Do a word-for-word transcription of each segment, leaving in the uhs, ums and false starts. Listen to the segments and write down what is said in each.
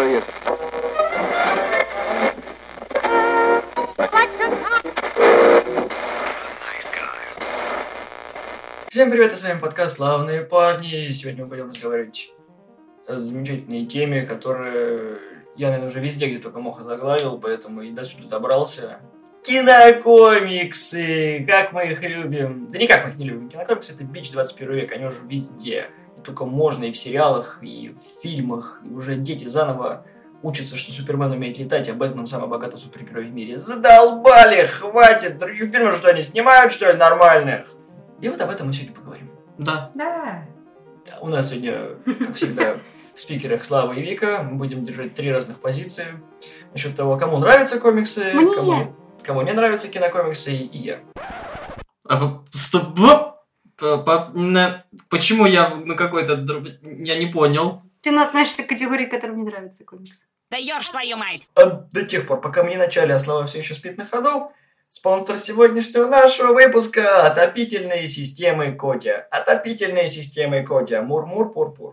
serious. Всем привет, с вами подкаст «Славные парни». Сегодня мы будем разговаривать о замечательной теме, которую я, наверное, уже везде, где только мог, озаглавил, поэтому и до сюда добрался. Кинокомиксы! Как мы их любим! Да никак мы их не любим. Кинокомиксы — это бич двадцать первого века, они уже везде. И только можно и в сериалах, и в фильмах, и уже дети заново учатся, что Супермен умеет летать, а Бэтмен самый богатый супергерой в мире. Задолбали! Хватит! Других фильмов что, они снимают, что ли, нормальных? И вот об этом мы сегодня поговорим. Да. Да. У нас сегодня, как всегда, в спикерах Слава и Вика. Мы будем держать три разных позиции. Насчет того, кому нравятся комиксы, Мне. кому, кому не нравятся кинокомиксы, и я. А, стоп. По- по- на- Почему я на какой-то... друг- Я не понял. Ты ну, относишься к категории, которым не нравятся комиксы. Да ёрш твою мать! А до тех пор, пока мы не начали, а Слава все еще спит на ходу, спонсор сегодняшнего нашего выпуска — отопительные системы Котя. Отопительные системы Котя. Мур-мур-пур-пур.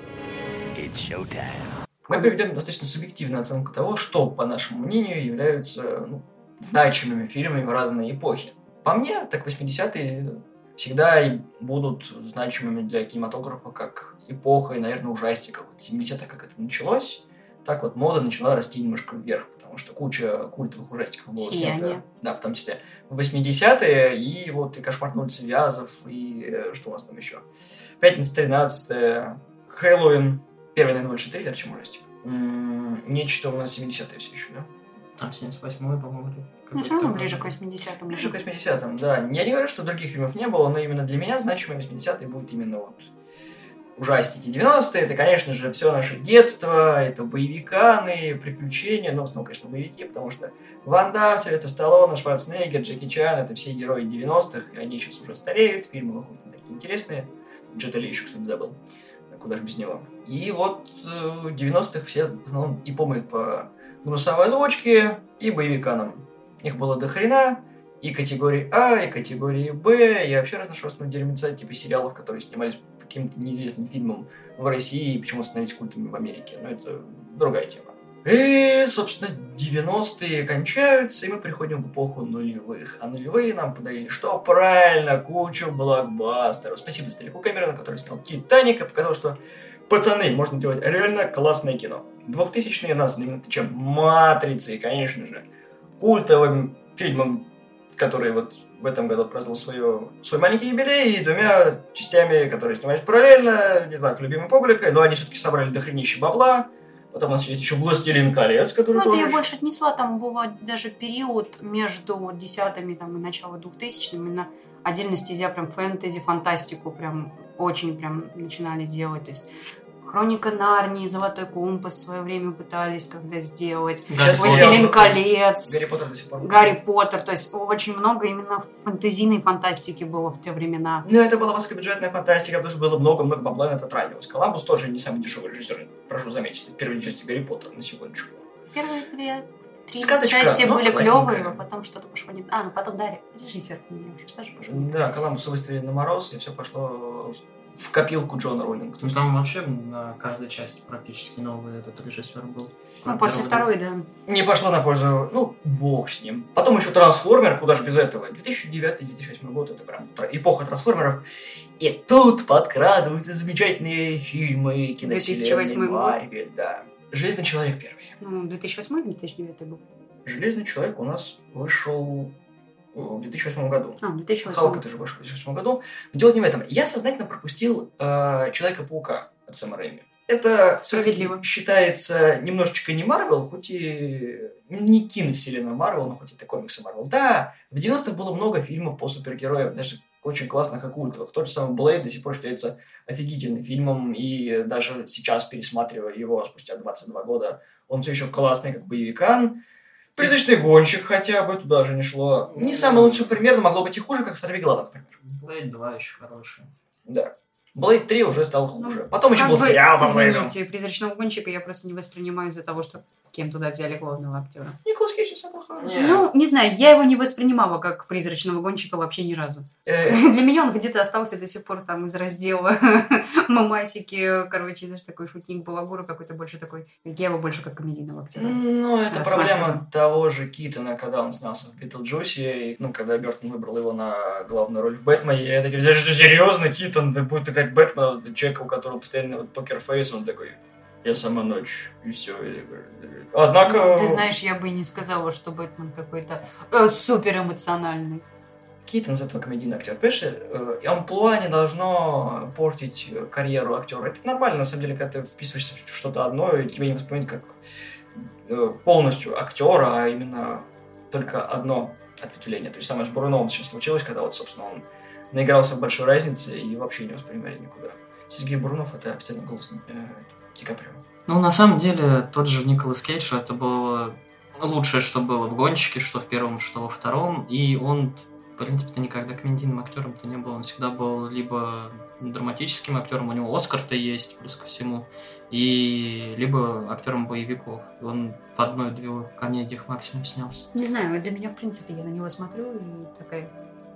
Мы приведем достаточно субъективную оценку того, что, по нашему мнению, являются ну, значимыми фильмами в разные эпохи. По мне, так восьмидесятые всегда и будут значимыми для кинематографа как эпоха и, наверное, ужастиков. Вот семидесятых, как это началось, так вот мода начала расти немножко вверх, потому что куча культовых ужастиков было Сияние. снято. Да, в том числе в восьмидесятые, и вот и «Кошмар на улице Вязов», и э, что у нас там еще? «Пятница тринадцатая», «Хэллоуин», первый, наверное, больше триллер, чем ужастик. М-м, нечто у нас семидесятые все еще, да? Там семьдесят восьмой, по-моему. или Ну, какой-то все равно там. ближе к восьмидесятым. Ближе к восьмидесятым, да. Я не говорю, что других фильмов не было, но именно для меня значимые восьмидесятые будут именно вот ужастики. девяностые, это, конечно же, все наше детство, это боевиканы, приключения, но в основном, конечно, боевики, потому что Ван Дамм, Сильвестр Сталлоне, Шварценеггер, Джеки Чан — это все герои девяностых, и они сейчас уже стареют, фильмы выходят такие интересные. Джет Ли еще, кстати, забыл, куда же без него. И вот э, девяностых все в основном и помнят по гнусовой озвучке и боевиканам. Их было до хрена, и категории А, и категории Б, и вообще разношерстного дерьмеца, типа сериалов, которые снимались по каким-то неизвестным фильмам в России и почему становились культами в Америке. Но это другая тема. И, собственно, девяностые кончаются, и мы приходим в эпоху нулевых. А нулевые нам подарили что? Правильно, кучу блокбастеров. Спасибо старику Кэмерону, который снял «Титаник» и показал, что, пацаны, можно делать реально классное кино. Двухтысячные нас знамениты чем? «Матрицей», конечно же. Культовым фильмом, который вот в этом году праздновал свое, свой маленький юбилей, и двумя частями, которые снимались параллельно, не знаю, любимой публикой, но они все-таки собрали дохренища бабла. Потом у нас есть еще «Властелин колец», который Ну, это тоже... я больше отнесла, там был даже период между десятыми там, и начало двухтысячными, именно отдельно стезя прям фэнтези, фантастику прям очень прям начинали делать, то есть «Хроника Нарнии», «Золотой компас» в свое время пытались когда сделать, Сейчас «Властелин сериал- колец», Гарри Поттер до сих пор. «Гарри Поттер», то есть очень много именно фэнтезийной фантастики было в те времена. Ну, это была высокобюджетная фантастика, потому что было много-много бабла на это тратилось. Коламбус тоже не самый дешевый режиссер, прошу заметить, в первой части «Гарри Поттера», на секундочку. Первые две, три Сказочка, части ну, были классненькая. клевые, а потом что-то пошло не... А, ну потом, да, режиссер поменялся, что же пошло не так. Да, Коламбуса выставили на мороз, и все пошло в копилку Джона Роллинга. Ну, там вообще на каждой части практически новый этот режиссер был. Ну, после второй, да. Не пошло на пользу, ну, бог с ним. Потом еще «Трансформер», куда же без этого. две тысячи девятый - две тысячи восьмой год, это прям эпоха трансформеров. И тут подкрадываются замечательные фильмы две тысячи восьмой киновселенной год. Марвел, да. «Железный человек» первый. Ну, две тысячи восьмой или две тысячи девятый был? «Железный человек» у нас вышел в две тысячи восьмом году. А, две тысячи Халк восьмой. это же вышел в две тысячи восьмом году. Но дело не в этом. Я сознательно пропустил э, Человека-паука от Сэма Рэйми. Это Справедливо. считается немножечко не Марвел, хоть и не киновселенная Марвел, но хоть это комиксы Марвел. Да, в девяностых было много фильмов по супергероям, даже очень классных и культовых. Тот же самый Блейд до сих пор считается офигительным фильмом, и даже сейчас, пересматривая его спустя двадцать два года, он все еще классный, как боевикан. «Призрачный гонщик» хотя бы туда же не шло. Не самый лучший пример, но могло быть и хуже, как «Сорвиголова», например. Блэйд два еще хороший. Да. Блейд три уже стал хуже. Ну, Потом еще как был бы, сериал по Блейду. Извините, «Призрачного гонщика» я просто не воспринимаю из-за того, что кем туда взяли главного актера. Николас Кейдж очень все плохое. Нет. Ну, не знаю, я его не воспринимала как призрачного гонщика вообще ни разу. Э, Для меня он где-то остался до сих пор там из раздела мамасики, короче, знаешь, такой шутник балагура какой-то больше такой. Я его больше как комедийного актера. Ну, это рассматриваю. проблема того же Китона, когда он снялся в Битлджусе, и, ну, когда Бёртон выбрал его на главную роль в Бэтмене, я такой, что серьезно, Китон, ты будет играть Бэтмена, человека, у которого постоянно вот покерфейс, он такой, я сама ночь, и все. Однако... Ты знаешь, я бы и не сказала, что Бэтмен какой-то э, супер эмоциональный. Китон из этого комедийный актер. Понимаешь, э, амплуа не должно портить карьеру актера. Это нормально, на самом деле, когда ты вписываешься в что-то одно, и тебе не воспринимают как э, полностью актера, а именно только одно ответвление. То есть самое с Буруновым сейчас случилось, когда вот, собственно, он наигрался в большой разнице и вообще не воспринимали никуда. Сергей Бурунов — это официальный голос э, Ди Каприо. Ну, на самом деле, тот же Николас Кейдж, это было лучшее, что было в «Гонщике», что в первом, что во втором, и он, в принципе, никогда комедийным актером-то не был, он всегда был либо драматическим актером, у него Оскар-то есть, плюс ко всему, и либо актером боевиков. Он в одной-двух комедиях максимум снялся. Не знаю, для меня, в принципе, я на него смотрю и такая...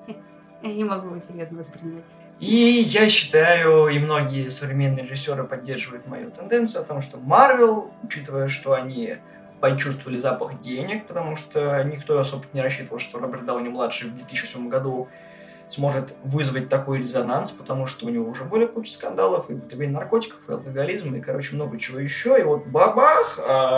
Я не могу его серьезно воспринимать. И я считаю, и многие современные режиссеры поддерживают мою тенденцию о том, что Марвел, учитывая, что они почувствовали запах денег, потому что никто особо не рассчитывал, что Роберт Дауни-младший в две тысячи седьмом году сможет вызвать такой резонанс, потому что у него уже были куча скандалов, и употребление наркотиков, и алкоголизм, и, короче, много чего еще. И вот бабах,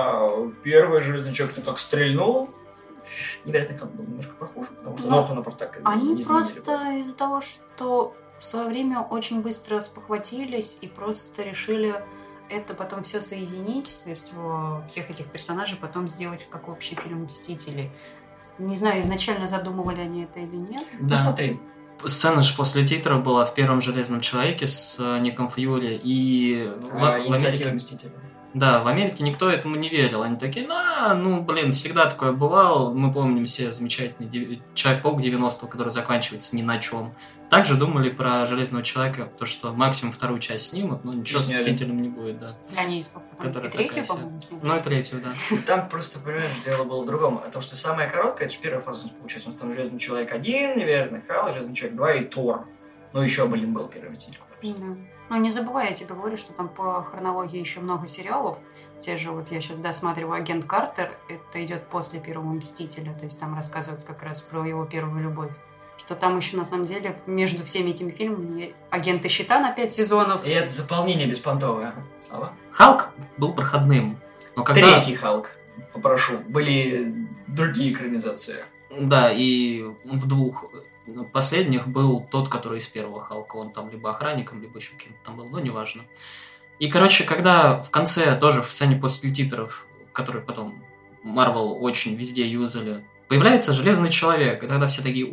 а первый Железный Человек как стрельнул. Невероятный Халк был немножко похуже, потому что Но Нортона просто так Они не просто заменили. из-за того, что в свое время очень быстро спохватились и просто решили это потом все соединить, то есть о, всех этих персонажей потом сделать как общий фильм «Мстители». Не знаю, изначально задумывали они это или нет. Ну смотри, Сцена же после титров была в первом «Железном человеке» с э, Ником Фьюри, и в, а, в инициатива Америке... Мстителя. Да, в Америке никто этому не верил. Они такие, на, ну, блин, всегда такое бывало. Мы помним все замечательный дев... Человек-паук девяностого, который заканчивается ни на чем. Также думали про Железного Человека, то, что максимум вторую часть снимут, но ничего с Сняли. Мстителем не будет, да. Они и сколько там? Которая И третью, такая по-моему, сняли? Ну и третью, да. Там просто, понимаешь, дело было в другом. О том, что самая короткая, это же первая фаза, получается. У нас там Железный Человек один, невероятный Халк, Железный Человек два и Тор. Ну, еще, блин, был первый Мститель. Да. Ну, не забывай, я тебе говорю, что там по хронологии еще много сериалов. Те же, вот я сейчас досматриваю «Агент Картер», это идет после первого «Мстителя», то есть там рассказывается как раз про его первую любовь. Что там еще, на самом деле, между всеми этими фильмами «Агенты Щита» на пять сезонов. И это заполнение беспонтовое. Слава. Халк был проходным. Но когда... Третий Халк, попрошу. Были другие экранизации. Да, и в двух последних был тот, который из первого Халка. Он там либо охранником, либо еще кем-то там был, но неважно. И, короче, когда в конце, тоже в сцене после титров, которые потом Marvel очень везде юзали, появляется Железный Человек, и тогда все такие,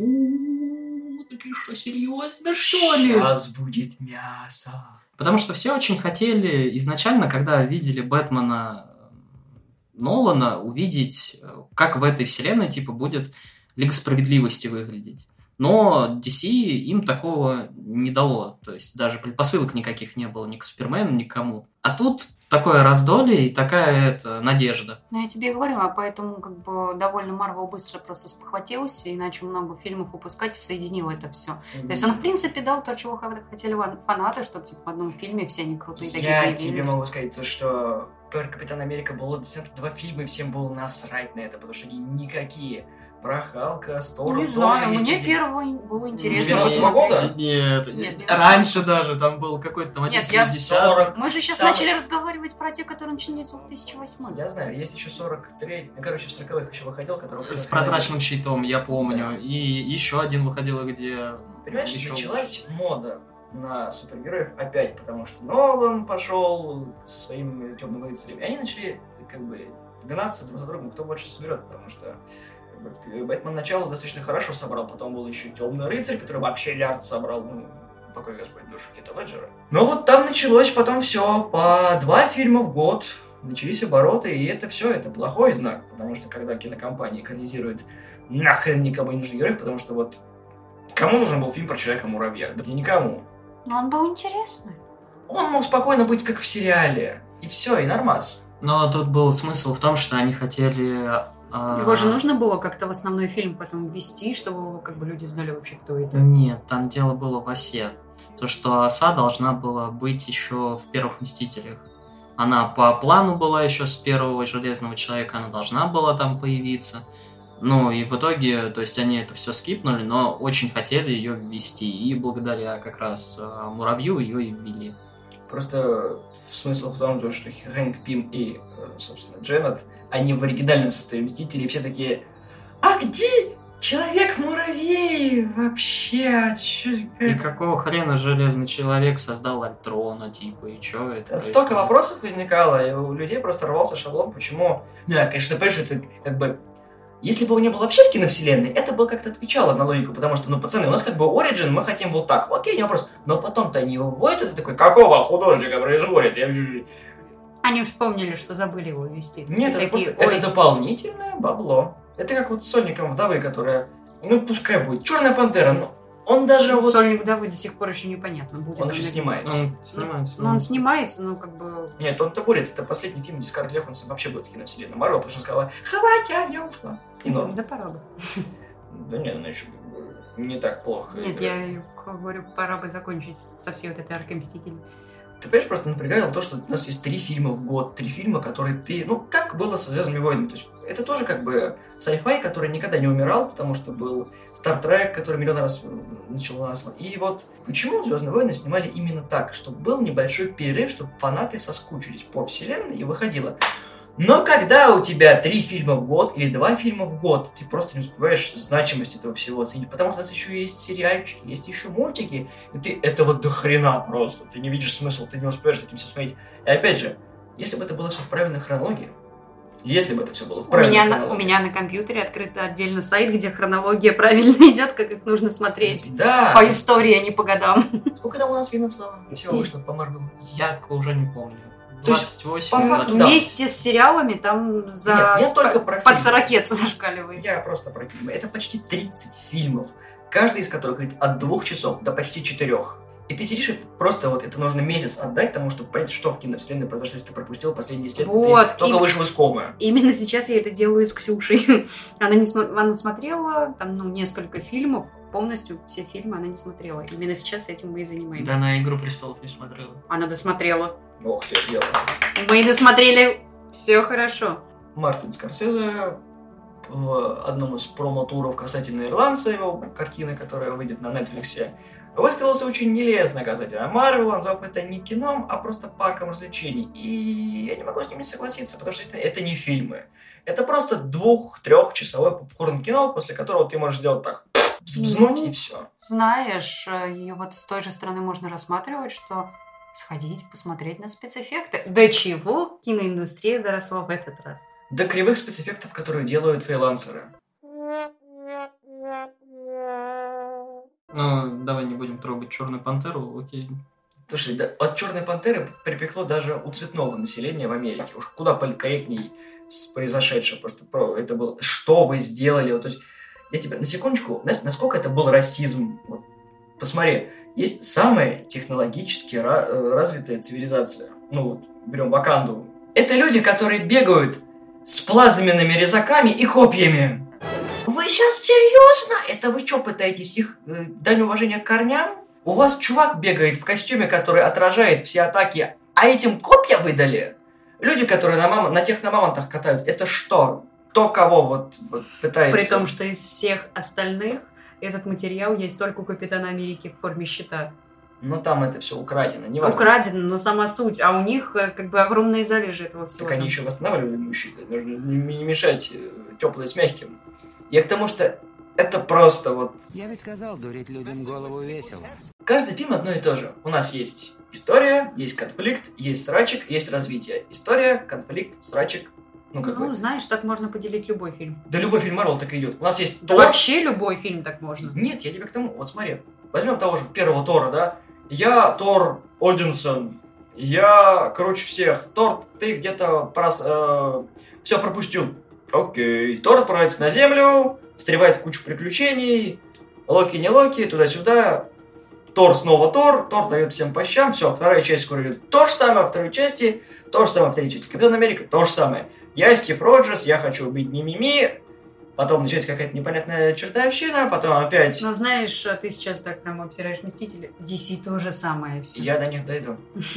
у-у-у, такие, что, серьезно, что ли? Сейчас будет мясо. Потому что все очень хотели изначально, когда видели Бэтмена Нолана, увидеть, как в этой вселенной, типа, будет Лига Справедливости выглядеть. Но ди си им такого не дало. То есть даже предпосылок никаких не было ни к Супермену, ни к кому. А тут такое раздолье и такая это, надежда. Ну, я тебе и говорила, поэтому как бы довольно Марвел быстро просто спохватился и начал много фильмов выпускать и соединил это все. Mm-hmm. То есть он, в принципе, дал то, чего хотели фанаты, чтобы типа, в одном фильме все они крутые такие Я появились. тебе могу сказать то, что про Капитана Америка было действительно два фильма, и всем было насрать на это, потому что они никакие. Про Халка, Стора, Не знаю, мне первый было интересно. девяностого года? Нет, Нет, раньше даже, там был какой-то там Нет, я сорок. Мы же сейчас Самый... начали разговаривать про те, которые начались с две тысячи восьмого. Я знаю, есть еще сорок три, ну, короче, в сороковых еще выходил, который... С прозрачным щитом, я помню. Да. И еще один выходил, где... Понимаешь, еще началась лучше. Мода на супергероев опять, потому что Нолан пошел со своими темными рыцарями. Они начали, как бы, гнаться друг за другом, кто больше соберет, потому что Бэтмен начало достаточно хорошо собрал, потом был еще Темный рыцарь, который вообще лярд собрал, ну, покой Господь душу Хита Леджера. Но вот там началось потом все, по два фильма в год начались обороты, и это все, это плохой знак, потому что когда кинокомпания экранизирует нахрен никому не нужных героев, потому что вот кому нужен был фильм про Человека-муравья? Да никому. Но он был интересный. Он мог спокойно быть как в сериале, и все, и нормас. Но тут был смысл в том, что они хотели Его же нужно было как-то в основной фильм потом ввести, чтобы как бы люди знали вообще, кто это. Нет, там дело было в осе. То, что оса должна была быть еще в первых «Мстителях». Она по плану была еще с первого «Железного человека», она должна была там появиться. Ну, и в итоге, то есть они это все скипнули, но очень хотели ее ввести. И благодаря как раз Муравью ее и ввели. Просто смысл в том, что Хэнк Пим и, собственно, Дженнет, они в оригинальном составе Мстителей, все такие: а где Человек-муравей вообще? Чё... И какого хрена Железный Человек создал Альтрона, типа, и чё это? Столько вопросов возникало, и у людей просто рвался шаблон, почему... Да, конечно, ты понимаешь, это как бы... Если бы его не было вообще в киновселенной, это бы как-то отвечало на логику, потому что, ну, пацаны, у нас как бы Origin, мы хотим вот так. Окей, не вопрос. Но потом-то они его вводят, и ты такой: какого художника производит? Я... Они вспомнили, что забыли его ввести. Нет, это, такие, просто, это дополнительное бабло. Это как вот с Сольником Вдовы, которая... Ну, пускай будет. Черная пантера, но он даже ну, вот... Сольник Вдовы до сих пор еще непонятно, будет. Он, он еще или... снимается. Он снимается. Ну, он снимается, но как бы... Нет, он-то болит. Это последний фильм, где Скарлетт Йоханссон вообще будет в киновселенной Марвел, потому что он сказала: хватит, я ушла. И норм. Да пора бы. Да нет, она еще не так плохо. Нет, я говорю, пора бы закончить со всей вот этой аркой Мстителей. Ты понимаешь, просто напрягало то, что у нас есть три фильма в год, три фильма, которые ты... Ну, как было со «Звездными войнами». То есть это тоже как бы sci-fi, который никогда не умирал, потому что был Star Trek, который миллион раз начал нас. И вот почему «Звездные войны» снимали именно так, чтобы был небольшой перерыв, чтобы фанаты соскучились по вселенной и выходило. Но когда у тебя три фильма в год или два фильма в год, ты просто не успеваешь значимость этого всего оценить, потому что у нас еще есть сериальчики, есть еще мультики, и ты этого до хрена просто, ты не видишь смысла, ты не успеешь с этим все смотреть. И опять же, если бы это было все в правильной хронологии, если бы это все было в правильной у меня хронологии... На, у меня на компьютере открыт отдельно сайт, где хронология правильно идет, как их нужно смотреть. Да. По истории, а не по годам. Сколько там у нас фильмов, Слава? Все вышло по Марвелу. Я уже не помню. двадцать восемь, по факту, да. Вместе с сериалами там за... Нет, я только про под фильмы. сорок зашкаливает. Я просто про фильмы. Это почти тридцать фильмов, каждый из которых говорит от двух часов до почти четырех. И ты сидишь, и просто вот это нужно месяц отдать тому, чтобы понять, что в киновселенной произошло, если ты пропустил последние десять лет, вот, ты только и... вышел из комы. Именно сейчас я это делаю с Ксюшей. Она, не см... она смотрела там, ну, несколько фильмов, полностью все фильмы она не смотрела. Именно сейчас этим мы и занимаемся. Да, на «Игру престолов не смотрела. Она досмотрела. Ох ты, дело. Мы досмотрели. Все хорошо. Мартин Скорсезе в одном из промо-туров касательно «Ирландца», его картины, которая выйдет на Нетфликсе, высказался очень нелестно касательно Марвел, назвав это не кином, а просто парком развлечений. И я не могу с ним не согласиться, потому что это, это не фильмы. Это просто двух-трехчасовой попкорн-кино, после которого ты можешь сделать так, взнуть Ну, и все. Знаешь, и вот с той же стороны можно рассматривать, что сходить, посмотреть на спецэффекты. До чего киноиндустрия доросла в этот раз? До кривых спецэффектов, которые делают фрилансеры. Ну, давай не будем трогать «Черную пантеру», окей. Слушай, да, от «Черной пантеры» припекло даже у цветного населения в Америке. Уж куда политкорректней с произошедшим. Просто про это было. Что вы сделали? Вот, то есть, я тебе на секундочку, знаешь, насколько это был расизм? Вот, посмотри, есть самая технологически ra- развитая цивилизация. Ну вот, берем Ваканду. Это люди, которые бегают с плазменными резаками и копьями. Вы сейчас серьезно? Это вы что, пытаетесь их э, дань уважения к корням? У вас чувак бегает в костюме, который отражает все атаки, а этим копья выдали? Люди, которые на, мам... на техномамонтах катаются, это что? То, кого вот, вот пытается... При том, что из всех остальных этот материал есть только у Капитана Америки в форме щита. Ну, там это все украдено. Не важно. Украдено, но сама суть. А у них как бы огромные залежи этого всего. Так они еще восстанавливали ему щиты. Нужно не мешать теплое с мягким. Я к тому, что это просто вот... Я ведь сказал, дурить людям голову весело. Каждый фильм одно и то же. У нас есть история, есть конфликт, есть срачик, есть развитие. История, конфликт, срачик. Ну, как Ну, бы... знаешь, так можно поделить любой фильм. Да любой фильм Марвел так и идет. У нас есть Да Тор. вообще любой фильм так можно. Нет, я тебе к тому... Вот смотри. Возьмем того же первого Тора, да? Я Тор Одинсон. Я круче всех. Тор, ты где-то прос... э... все пропустил. Окей. Тор отправляется на Землю, встревает в кучу приключений. Локи не Локи, туда-сюда. Тор снова Тор. Тор дает всем по щам. Все, вторая часть скоро идет. То же самое во второй части. То же самое во второй части. Капитан Америка, то же самое. я Стив Роджерс, я хочу убить Мимими, потом начинается какая-то непонятная чертовщина, потом опять... Но знаешь, ты сейчас так прям обсираешь Мстителей. ди си то же самое все. Я до них дойду.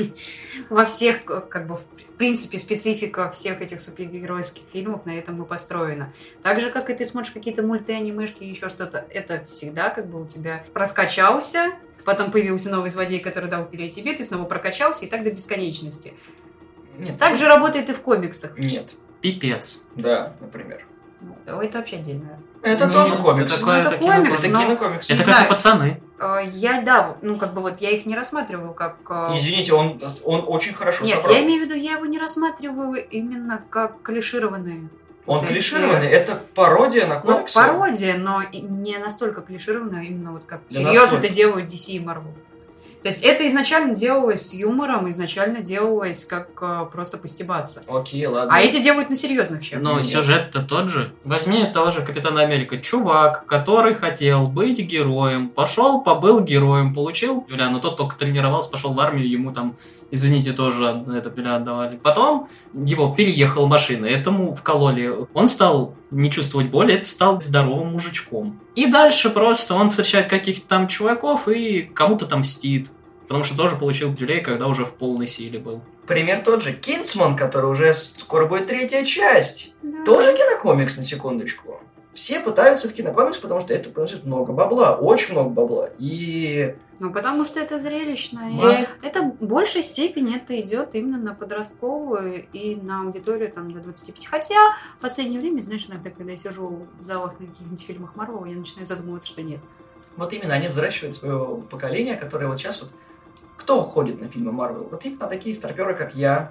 Во всех, как бы, в принципе, специфика всех этих супергеройских фильмов на этом и построена. Так же, как и ты смотришь какие-то мульты, анимешки, еще что-то, это всегда как бы у тебя проскачался, потом появился новый злодей, который дал пиле тебе, ты снова прокачался, и так до бесконечности. Нет. Так же работает и в комиксах. Нет. Пипец. Да, например. Ну, это вообще отдельно. Это Не, тоже это комикс. такое- Ну, это это комикс, Это но- кинокомикс. Это Не как знаю. и пацаны. Э, Я, да, ну, как бы вот я их не рассматриваю как... э, Извините, он, он очень хорошо Нет, собрал. я имею в виду, я его не рассматриваю именно как клишированные. Он вот эти- клишированный, это пародия на Ну, комиксы. пародия, но и не настолько клишированная, именно вот как Да всерьез насколько? это делают ди си и Marvel. То есть это изначально делалось с юмором, изначально делалось как э, просто постебаться. Окей, ладно. А эти делают на серьезных щах. Но Нет. сюжет-то тот же. Возьми того же Капитана Америка. Чувак, который хотел быть героем, пошел, побыл героем, получил пиля, но тот только тренировался, пошел в армию, ему там, извините, тоже это пиля отдавали. Потом его переехала машина, этому вкололи. Он стал не чувствовать боли, это стал здоровым мужичком. И дальше просто он встречает каких-то там чуваков и кому-то там мстит. Потому что тоже получил пилей, когда уже в полной силе был. Пример тот же. Кинсман, который уже скоро будет третья часть. Да. Тоже кинокомикс, на секундочку. Все пытаются в кинокомикс, потому что это приносит много бабла, очень много бабла. И... Ну, потому что это зрелищно. И Нас- это в большей степени это идет именно на подростковую и на аудиторию там до двадцати пяти. Хотя в последнее время, знаешь, иногда, когда я сижу в залах на каких-нибудь фильмах Марвел, я начинаю задумываться, что нет. Вот именно они взращивают свое поколение, которое вот сейчас вот... Кто ходит на фильмы Марвел? Вот именно такие старперы, как я.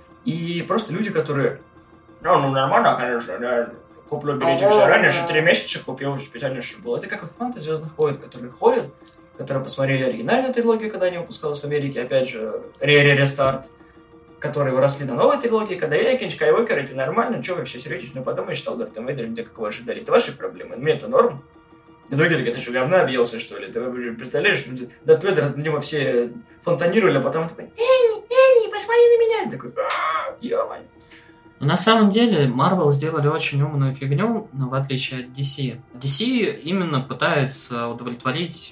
И просто люди, которые... Ну, ну нормально, конечно, да. Куплю билетик заранее, же три месяца купил специально, чтобы было. Это как и фанаты «Звездных войн», которые ходят, которые посмотрели оригинальную трилогию, когда они выпускалась в Америке, опять же, ре-ре-рестарт, которые выросли на новой трилогии, когда Энакин Скайуокер, это нормально, что вы все серьезно, ну подумай, читал Дарт Вейдер, где как ваши дали. Это ваши проблемы, мне это норм. И другие такие, ты что, говна объелся, что ли? Ты представляешь, что Дарт Вейдер, на него все фонтанировали, а потом он такой, Энни, Энни, посмотри на меня. И такой, ё-моё. На самом деле, Marvel сделали очень умную фигню, в отличие от ди си. ди си именно пытается удовлетворить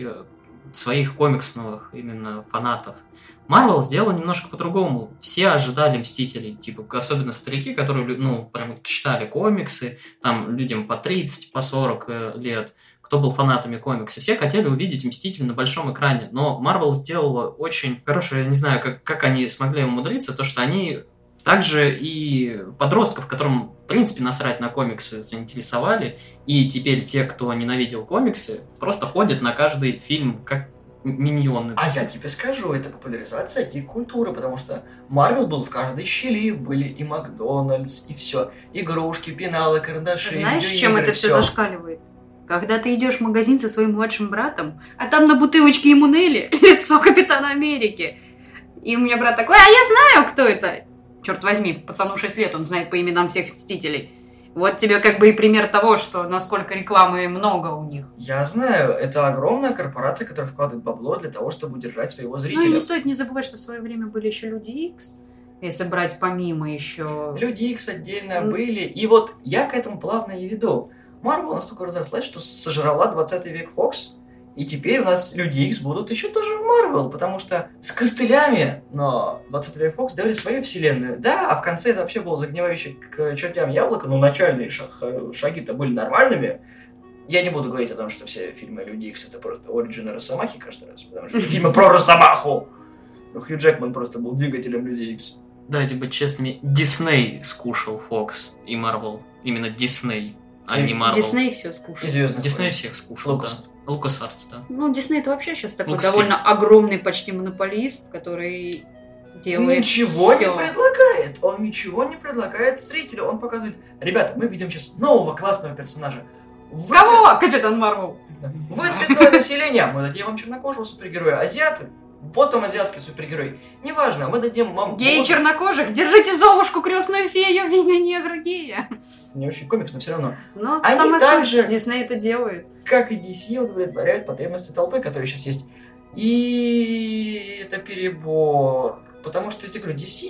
своих комиксных именно фанатов. Marvel сделал немножко по-другому. Все ожидали Мстителей, типа, особенно старики, которые, ну, прям читали комиксы, там, людям по тридцать, по сорок лет, кто был фанатами комикса. Все хотели увидеть Мстителей на большом экране, но Marvel сделала очень хорошее, я не знаю, как, как они смогли умудриться, то, что они также и подростков, которым, в принципе, насрать на комиксы, заинтересовали, и теперь те, кто ненавидел комиксы, просто ходят на каждый фильм как миньоны. А я тебе скажу, это популяризация гик-культуры, потому что Марвел был в каждой щели, были и Макдональдс, и все. Игрушки, пеналы, карандаши, Знаешь, с видеоигры, чем это все всё. зашкаливает? Когда ты идешь в магазин со своим младшим братом, а там на бутылочке Эмунели лицо Капитана Америки. И у меня брат такой, а я знаю, кто это. Черт возьми, пацану шесть лет, он знает по именам всех Мстителей. Вот тебе как бы и пример того, что насколько рекламы много у них. Я знаю, это огромная корпорация, которая вкладывает бабло для того, чтобы удержать своего Ну и зрителя. не стоит не забывать, что в свое время были еще Люди Икс, если брать помимо еще... Люди Икс отдельно Mm. были, и вот я к этому плавно и веду. Марвел настолько разрослась, что сожрала двадцатый век Фокс, и теперь у нас Люди Икс будут еще тоже в Марвел, потому что с костылями, но двадцатый век Фокс сделали свою вселенную. Да, а в конце это вообще было загнивающее к чертям яблоко, но начальные шаг- шаги-то были нормальными. Я не буду говорить о том, что все фильмы Люди Икс это просто оригины Росомахи каждый раз, потому что фильмы про Росомаху. Хью Джекман просто был двигателем Люди Икс. Давайте быть честными, Дисней скушал Фокс и Marvel. Именно Дисней, а не Marvel. Дисней все скушал. И Звездных Дисней войн. всех скушал, Лукас. да. Лукасартс, да. Ну, Дисней это вообще сейчас такой Lucasfilm. довольно огромный почти монополист, который делает Ничего всё. не предлагает. Он ничего не предлагает зрителю. Он показывает, ребята, мы видим сейчас нового классного персонажа. Вы, Кого? Капитан Марвел. цвет- вы цветное население, мы дадим вам чернокожего супергероя. Азиаты, вот там азиатский супергерой. Неважно, мы дадим вам... Геи вот- чернокожих, держите Золушку, крестную фею в виде негра гея. Не очень комикс, но все равно. Но Они сама также- суть, Дисней это делает. Как и ди си удовлетворяют потребности толпы, которые сейчас есть. И это перебор. Потому что, я тебе говорю, ди си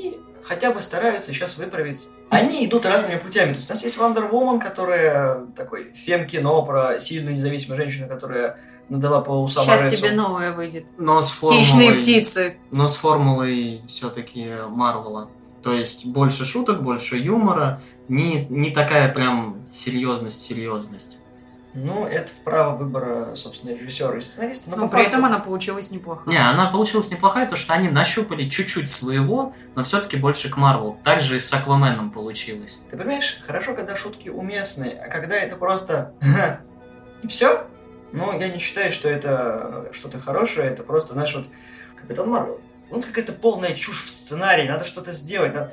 хотя бы стараются сейчас выправить. Они идут разными путями. То есть у нас есть Wonder Woman, которая такой фем-кино про сильную независимую женщину, которая надала по усам Сейчас Аресу. тебе новое выйдет. Но с формулой... Хищные птицы. Но с формулой все-таки Марвела. То есть больше шуток, больше юмора. Не, не такая прям серьезность-серьезность. Ну, это право выбора, собственно, режиссера и сценариста. Но, Но по при факту- этом она получилась неплохо. Не, она получилась неплохая, то что они нащупали чуть-чуть своего, но все-таки больше к Марвел. Так же и с Акваменом получилось. Ты понимаешь, хорошо, когда шутки уместные, а когда это просто и все. Ну, я не считаю, что это что-то хорошее, это просто, знаешь, вот Капитан Марвел. Он какая-то полная чушь в сценарии, надо что-то сделать. Надо...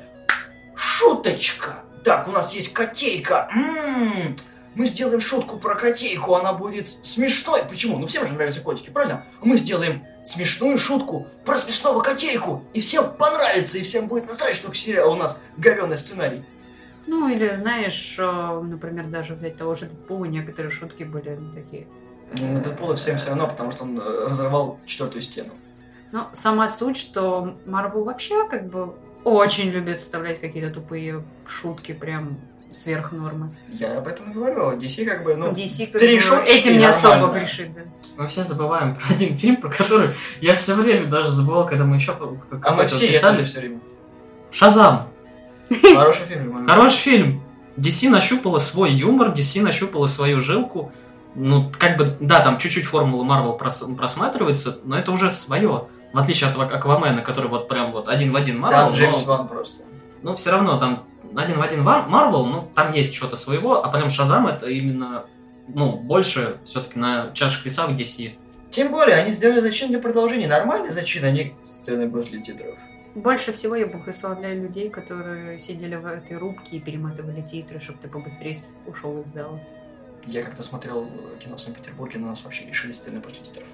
Шуточка! Так, у нас есть котейка. М-м-м. Мы сделаем шутку про котейку, она будет смешной. Почему? Ну, всем же нравятся котики, правильно? А мы сделаем смешную шутку про смешного котейку, и всем понравится, и всем будет настраивать, что сериал у нас говёный сценарий. Ну, или, знаешь, э, например, даже взять того же Дэдпула, некоторые шутки были такие. На Дэдпула всем все равно, потому что он э, разорвал четвертую стену. Но сама суть, что Марвел вообще как бы очень любит вставлять какие-то тупые шутки прям сверх нормы. Я об этом и говорю. ди си как бы, ну, ди си как три бы шутки этим не особо нормально. грешит, да. Мы все забываем про один фильм, про который я все время даже забывал, когда мы еще А мы все, я тоже все время. Шазам! Хороший фильм. Хороший фильм. ди си нащупала свой юмор, ди си нащупала свою жилку. Ну, как бы, да, там чуть-чуть формула Марвел прос- просматривается, но это уже свое. В отличие от Аквамена, который вот прям вот один в один Марвел. Там Джеймс но, Ван просто. но все равно там один в один Марвел, ну, там есть что-то своего, а прям Шазам это именно, ну, больше все-таки на чашах весах ди си. Тем более, они сделали зачин для продолжения. Нормальный зачин, а не сцены после титров. Больше всего я благословляю людей, которые сидели в этой рубке и перематывали титры, чтобы ты побыстрее с- ушел из зала. Я как-то смотрел кино в Санкт-Петербурге, но нас вообще лишили сцены после титров.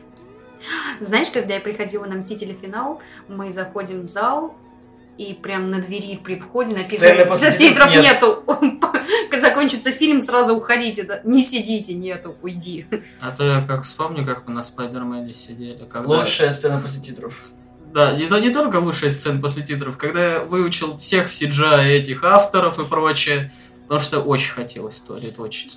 Знаешь, когда я приходила на «Мстители. Финал», мы заходим в зал, и прям на двери при входе написано Сцены после «Титров титров нет». нету». Закончится фильм, сразу уходите. Да? Не сидите, нету, уйди. А то я как вспомню, как мы на Спайдермене сидели. Когда... Лучшая сцена после титров. Да, не, то, не только лучшая сцена после титров, когда я выучил всех си джи ай этих авторов и прочее, потому что очень хотелось в туалет очень.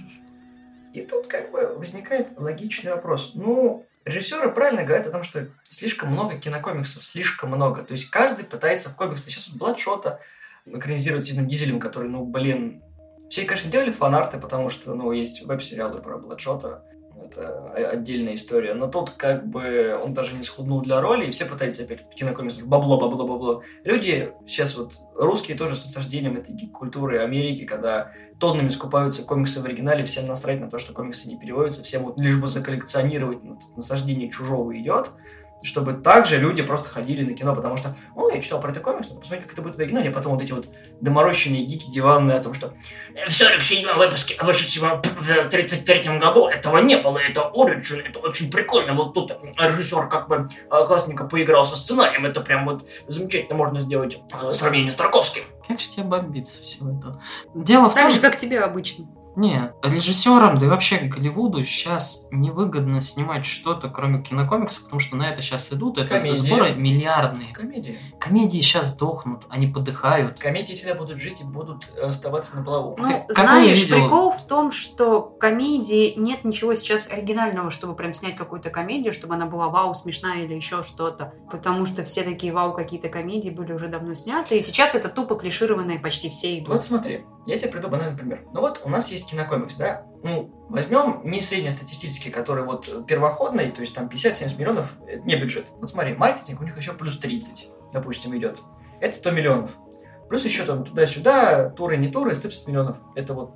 И тут как бы возникает логичный вопрос. Ну, режиссеры правильно говорят о том, что слишком много кинокомиксов, слишком много. То есть каждый пытается в комиксы. Сейчас вот Бладшота экранизируют Стивеном Дизелем, который, ну, блин... Все, конечно, делали фанарты, потому что, ну, есть веб-сериалы про Бладшота. Это отдельная история. Но тут как бы он даже не схуднул для роли, и все пытаются опять кинокомиксы. Бабло, бабло, бабло. Люди сейчас вот русские тоже с осаждением этой гик-культуры Америки, когда тоннами скупаются комиксы в оригинале, всем насрать на то, что комиксы не переводятся, всем вот лишь бы заколлекционировать, насаждение чужого идет, чтобы также люди просто ходили на кино, потому что, о, я читал про этот комикс, надо посмотреть, как это будет в оригинале, а потом вот эти вот доморощенные гики диванные о том, что в сорок седьмом выпуске, вышедшем в тридцать третьем году, этого не было, это Origin, это очень прикольно, вот тут режиссер как бы классненько поиграл со сценарием, это прям вот замечательно можно сделать сравнение с Тарковским. Как же тебе бомбится все это? Дело в Так том, же, как тебе обычно. Нет, режиссерам, да и вообще Голливуду сейчас невыгодно снимать что-то, кроме кинокомиксов, потому что на это сейчас идут, это Комедии. сборы миллиардные. Комедия. Комедии сейчас дохнут, они подыхают. Комедии всегда будут жить и будут оставаться на плаву. Ну, Ты какую знаешь, видела? прикол в том, что комедии нет ничего сейчас оригинального, чтобы прям снять какую-то комедию, чтобы она была вау, смешная или еще что-то. Потому что все такие вау, какие-то комедии были уже давно сняты, и сейчас это тупо клишированные почти все идут. Вот смотри, я тебе приду банальный пример. Ну вот у нас есть кинокомикс, да? Ну, возьмем не среднестатистический, который вот первоходный, то есть там пятьдесят-семьдесят миллионов, это не бюджет. Вот смотри, маркетинг у них еще плюс тридцать, допустим, идет. Это сто миллионов. Плюс еще там туда-сюда, туры, не туры, сто пятьдесят миллионов. Это вот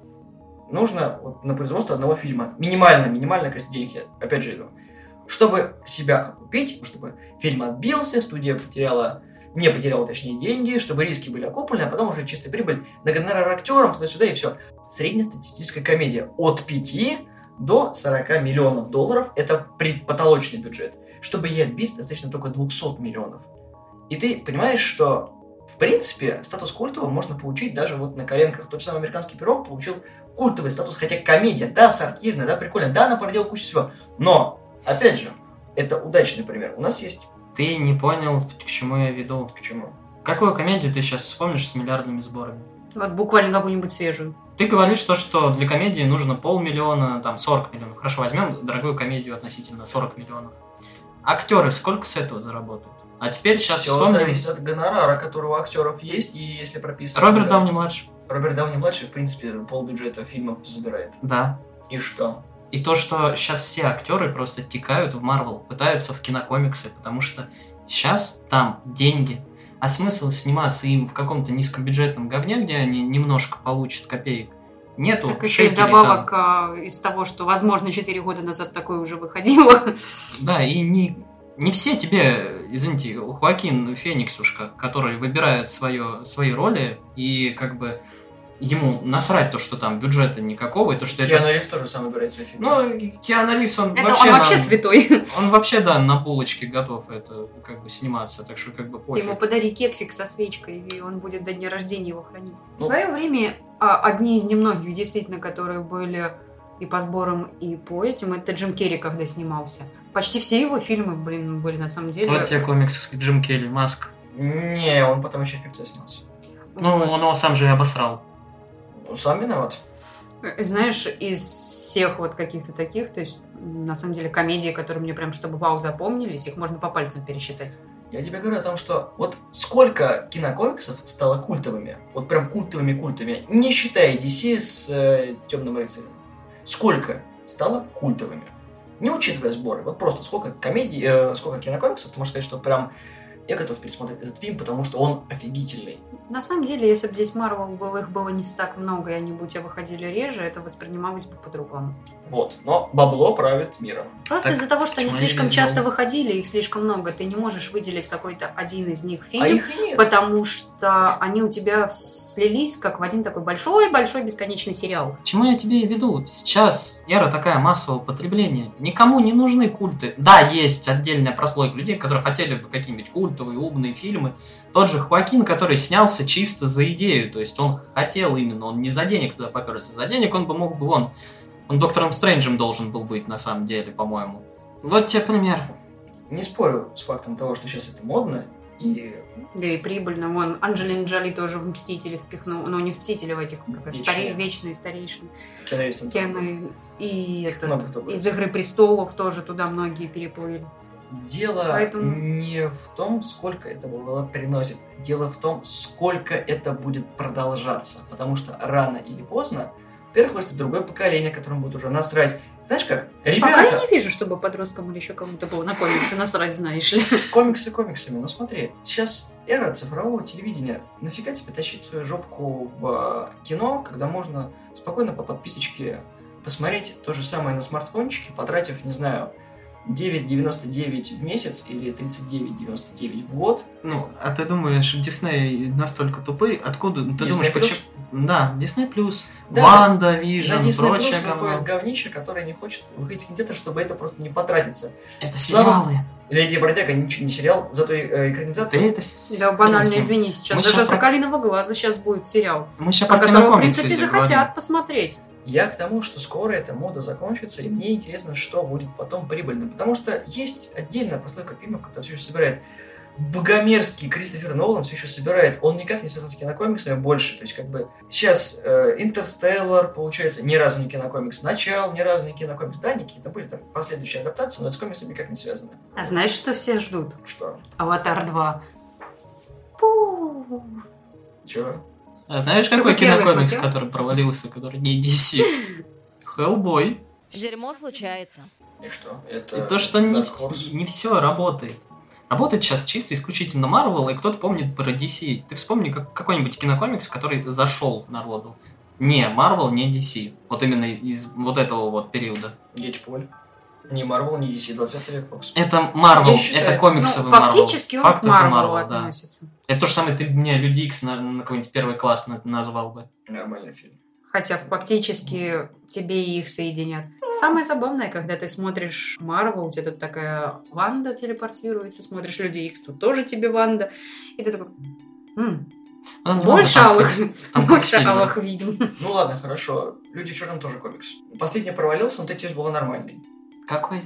нужно вот на производство одного фильма. Минимально, минимальное количество денег, я опять же иду. Чтобы себя окупить, чтобы фильм отбился, студия потеряла... не потеряла, точнее, деньги, чтобы риски были окуплены, а потом уже чистая прибыль на гонорар актерам, туда-сюда и все. Среднестатистическая комедия от пяти до сорока миллионов долларов – это предпотолочный бюджет. Чтобы ей отбиться, достаточно только двести миллионов. И ты понимаешь, что, в принципе, статус культового можно получить даже вот на коленках. Тот же самый «Американский пирог» получил культовый статус, хотя комедия, да, сортирная, да, прикольная, да, она проделала кучу всего. Но, опять же, это удачный пример. У нас есть... Ты не понял, к чему я веду. К чему? Какую комедию ты сейчас вспомнишь с миллиардными сборами? Вот буквально какую-нибудь свежую. Ты говоришь то, что для комедии нужно полмиллиона, там, сорок миллионов. Хорошо, возьмем дорогую комедию относительно сорок миллионов. Актеры сколько с этого заработают? А теперь сейчас Все вспомним... зависит от гонорара, который у актеров есть, и если прописано... Роберт Дауни-младший. Роберт Дауни-младший, в принципе, полбюджета фильмов забирает. Да. И что? И то, что сейчас все актеры просто текают в Марвел, пытаются в кинокомиксы, потому что сейчас там деньги. А смысл сниматься им в каком-то низкобюджетном говне, где они немножко получат копеек, нету. Так еще и шейкерей вдобавок там. а, из того, что, возможно, четыре года назад такое уже выходило. Да, и не, не все тебе, извините, Хоакин Фениксушка, который выбирает свое, свои роли, и как бы ему насрать то, что там бюджета никакого, и то, что Киану это... Ривз тоже сам выбирает свои фильмы. Ну, Киану Ривз, он Это вообще... он вообще на- святой. Он вообще, да, на булочке готов это как бы сниматься, так что как бы Ты пофиг. ему подари кексик со свечкой, и он будет до дня рождения его хранить. В Ну. свое время а, одни из немногих, действительно, которые были и по сборам, и по этим, это Джим Керри, когда снимался. Почти все его фильмы, блин, были на самом деле... Вот тебе комикс Джим Керри, Маск. Не, он потом еще в пипце снялся. Ну, он его сам же и обосрал. Ну, сам виноват. Знаешь, из всех вот каких-то таких, то есть, на самом деле, комедии, которые мне прям, чтобы вау, запомнились, их можно по пальцам пересчитать. Я тебе говорю о том, что вот сколько кинокомиксов стало культовыми, вот прям культовыми-культовыми, не считая ди си с э, Темным рыцарем. Сколько стало культовыми? Не учитывая сборы, вот просто сколько комедий, э, сколько кинокомиксов, ты можешь сказать, что прям я готов пересмотреть этот фильм, потому что он офигительный. На самом деле, если бы здесь Марвел было, их было не так много, и они бы у тебя выходили реже, это воспринималось бы по-другому. Вот, но бабло правит миром. Просто Так из-за того, что они почему я слишком не часто видел? выходили, их слишком много, ты не можешь выделить какой-то один из них фильм, А их и нет. потому что они у тебя слились как в один такой большой-большой бесконечный сериал. К чему я тебе и веду? Сейчас эра такая массового потребления. Никому не нужны культы. Да, есть отдельная прослойка людей, которые хотели бы какие-нибудь культовые, умные фильмы. Тот же Хоакин, который снялся чисто за идею. То есть он хотел именно, он не за денег туда поперся. За денег он бы мог бы, он, он Доктором Стрэнджем должен был быть на самом деле, по-моему. Вот тебе пример. Не спорю с фактом того, что сейчас это модно, и Да и прибыльно. Вон, Анджелина Джоли тоже в «Мстители» впихнула. Ну, не в «Мстители», в этих, как это, Вечные. старей, вечные, старейшины. Киану Ривз там тоже был. Киану и Их это, много кто был. из «Игры престолов» тоже туда многие переплыли. Дело Поэтому- не в том, сколько это было приносит. Дело в том, сколько это будет продолжаться. Потому что рано или поздно, во-первых, вырастет другое поколение, которому будет уже насрать. Знаешь как? Пока я Ребята, не вижу, чтобы подросткам или еще кому-то было на комиксы насрать, знаешь ли. комиксы комиксами. Ну смотри, сейчас эра цифрового телевидения. Нафига тебе тащить свою жопку в э, кино, когда можно спокойно по подписочке посмотреть то же самое на смартфончике, потратив, не знаю, девять девяносто девять в месяц или тридцать девять девяносто девять в год. Ну, а ты думаешь, Дисней настолько тупый? Откуда? Ты Disney думаешь, Plus? почему? Да, Дисней плюс, Да, Ванда, На Вижн, Disney прочее Plus выходит говно. говнище, которое не хочет выходить где-то, чтобы это просто не потратиться. Это Слава- сериалы. Леди и Бродяга ничего не сериал, зато э, Да экранизация. это Да, банально, хрен с ним. извини, сейчас Мы даже щас про- «Соколиного глаза» сейчас будет сериал, Мы сейчас про про которого, в кинокомиксы принципе, говорим. захотят посмотреть. Я к тому, что скоро эта мода закончится, и мне интересно, что будет потом прибыльным. Потому что есть отдельная прослойка фильмов, которая все еще собирает. Богомерзкий Кристофер Нолан все еще собирает. Он никак не связан с кинокомиксами больше. То есть, как бы, сейчас э, Интерстеллар, получается, ни разу не кинокомикс. Начало, ни разу не кинокомикс. Да, они какие-то были там последующие адаптации, но это с комиксами никак не связано. А знаешь, что все ждут? Что? «Аватар два». Пу. Чего? А знаешь, Ты какой бы первый кинокомикс, смотрел? который провалился, который не ди си? Хеллбой. Дерьмо случается. И что? Это И то, что не, Dark вс- Horse? не все работает. Работает сейчас чисто исключительно Марвел, и кто-то помнит про ди си. Ты вспомни как, какой-нибудь кинокомикс, который зашел народу. Не Марвел, не ди си. Вот именно из вот этого вот периода. Гетчполь. Ни Марвел, ни ди си, двадцатый век Фокс. Это Марвел, Не считается. это Ну, комиксовый Марвел. фактически он Факт к это Марвелу Marvel, да. относится. Это то же самое, ты мне Люди Икс на, на какой-нибудь первый класс на- назвал бы. Нормальный фильм. Хотя фактически тебе и их соединят. Самое забавное, когда ты смотришь Марвел, у тебя тут такая Ванда телепортируется, смотришь Люди Икс, тут тоже тебе Ванда. И ты такой, «М, Ну, там больше немного, там алых, Квикс- там больше Квиксильвер. алых видим. Ну ладно, хорошо. Люди в черном тоже комикс. Последний провалился, но третий была нормальный. Какой?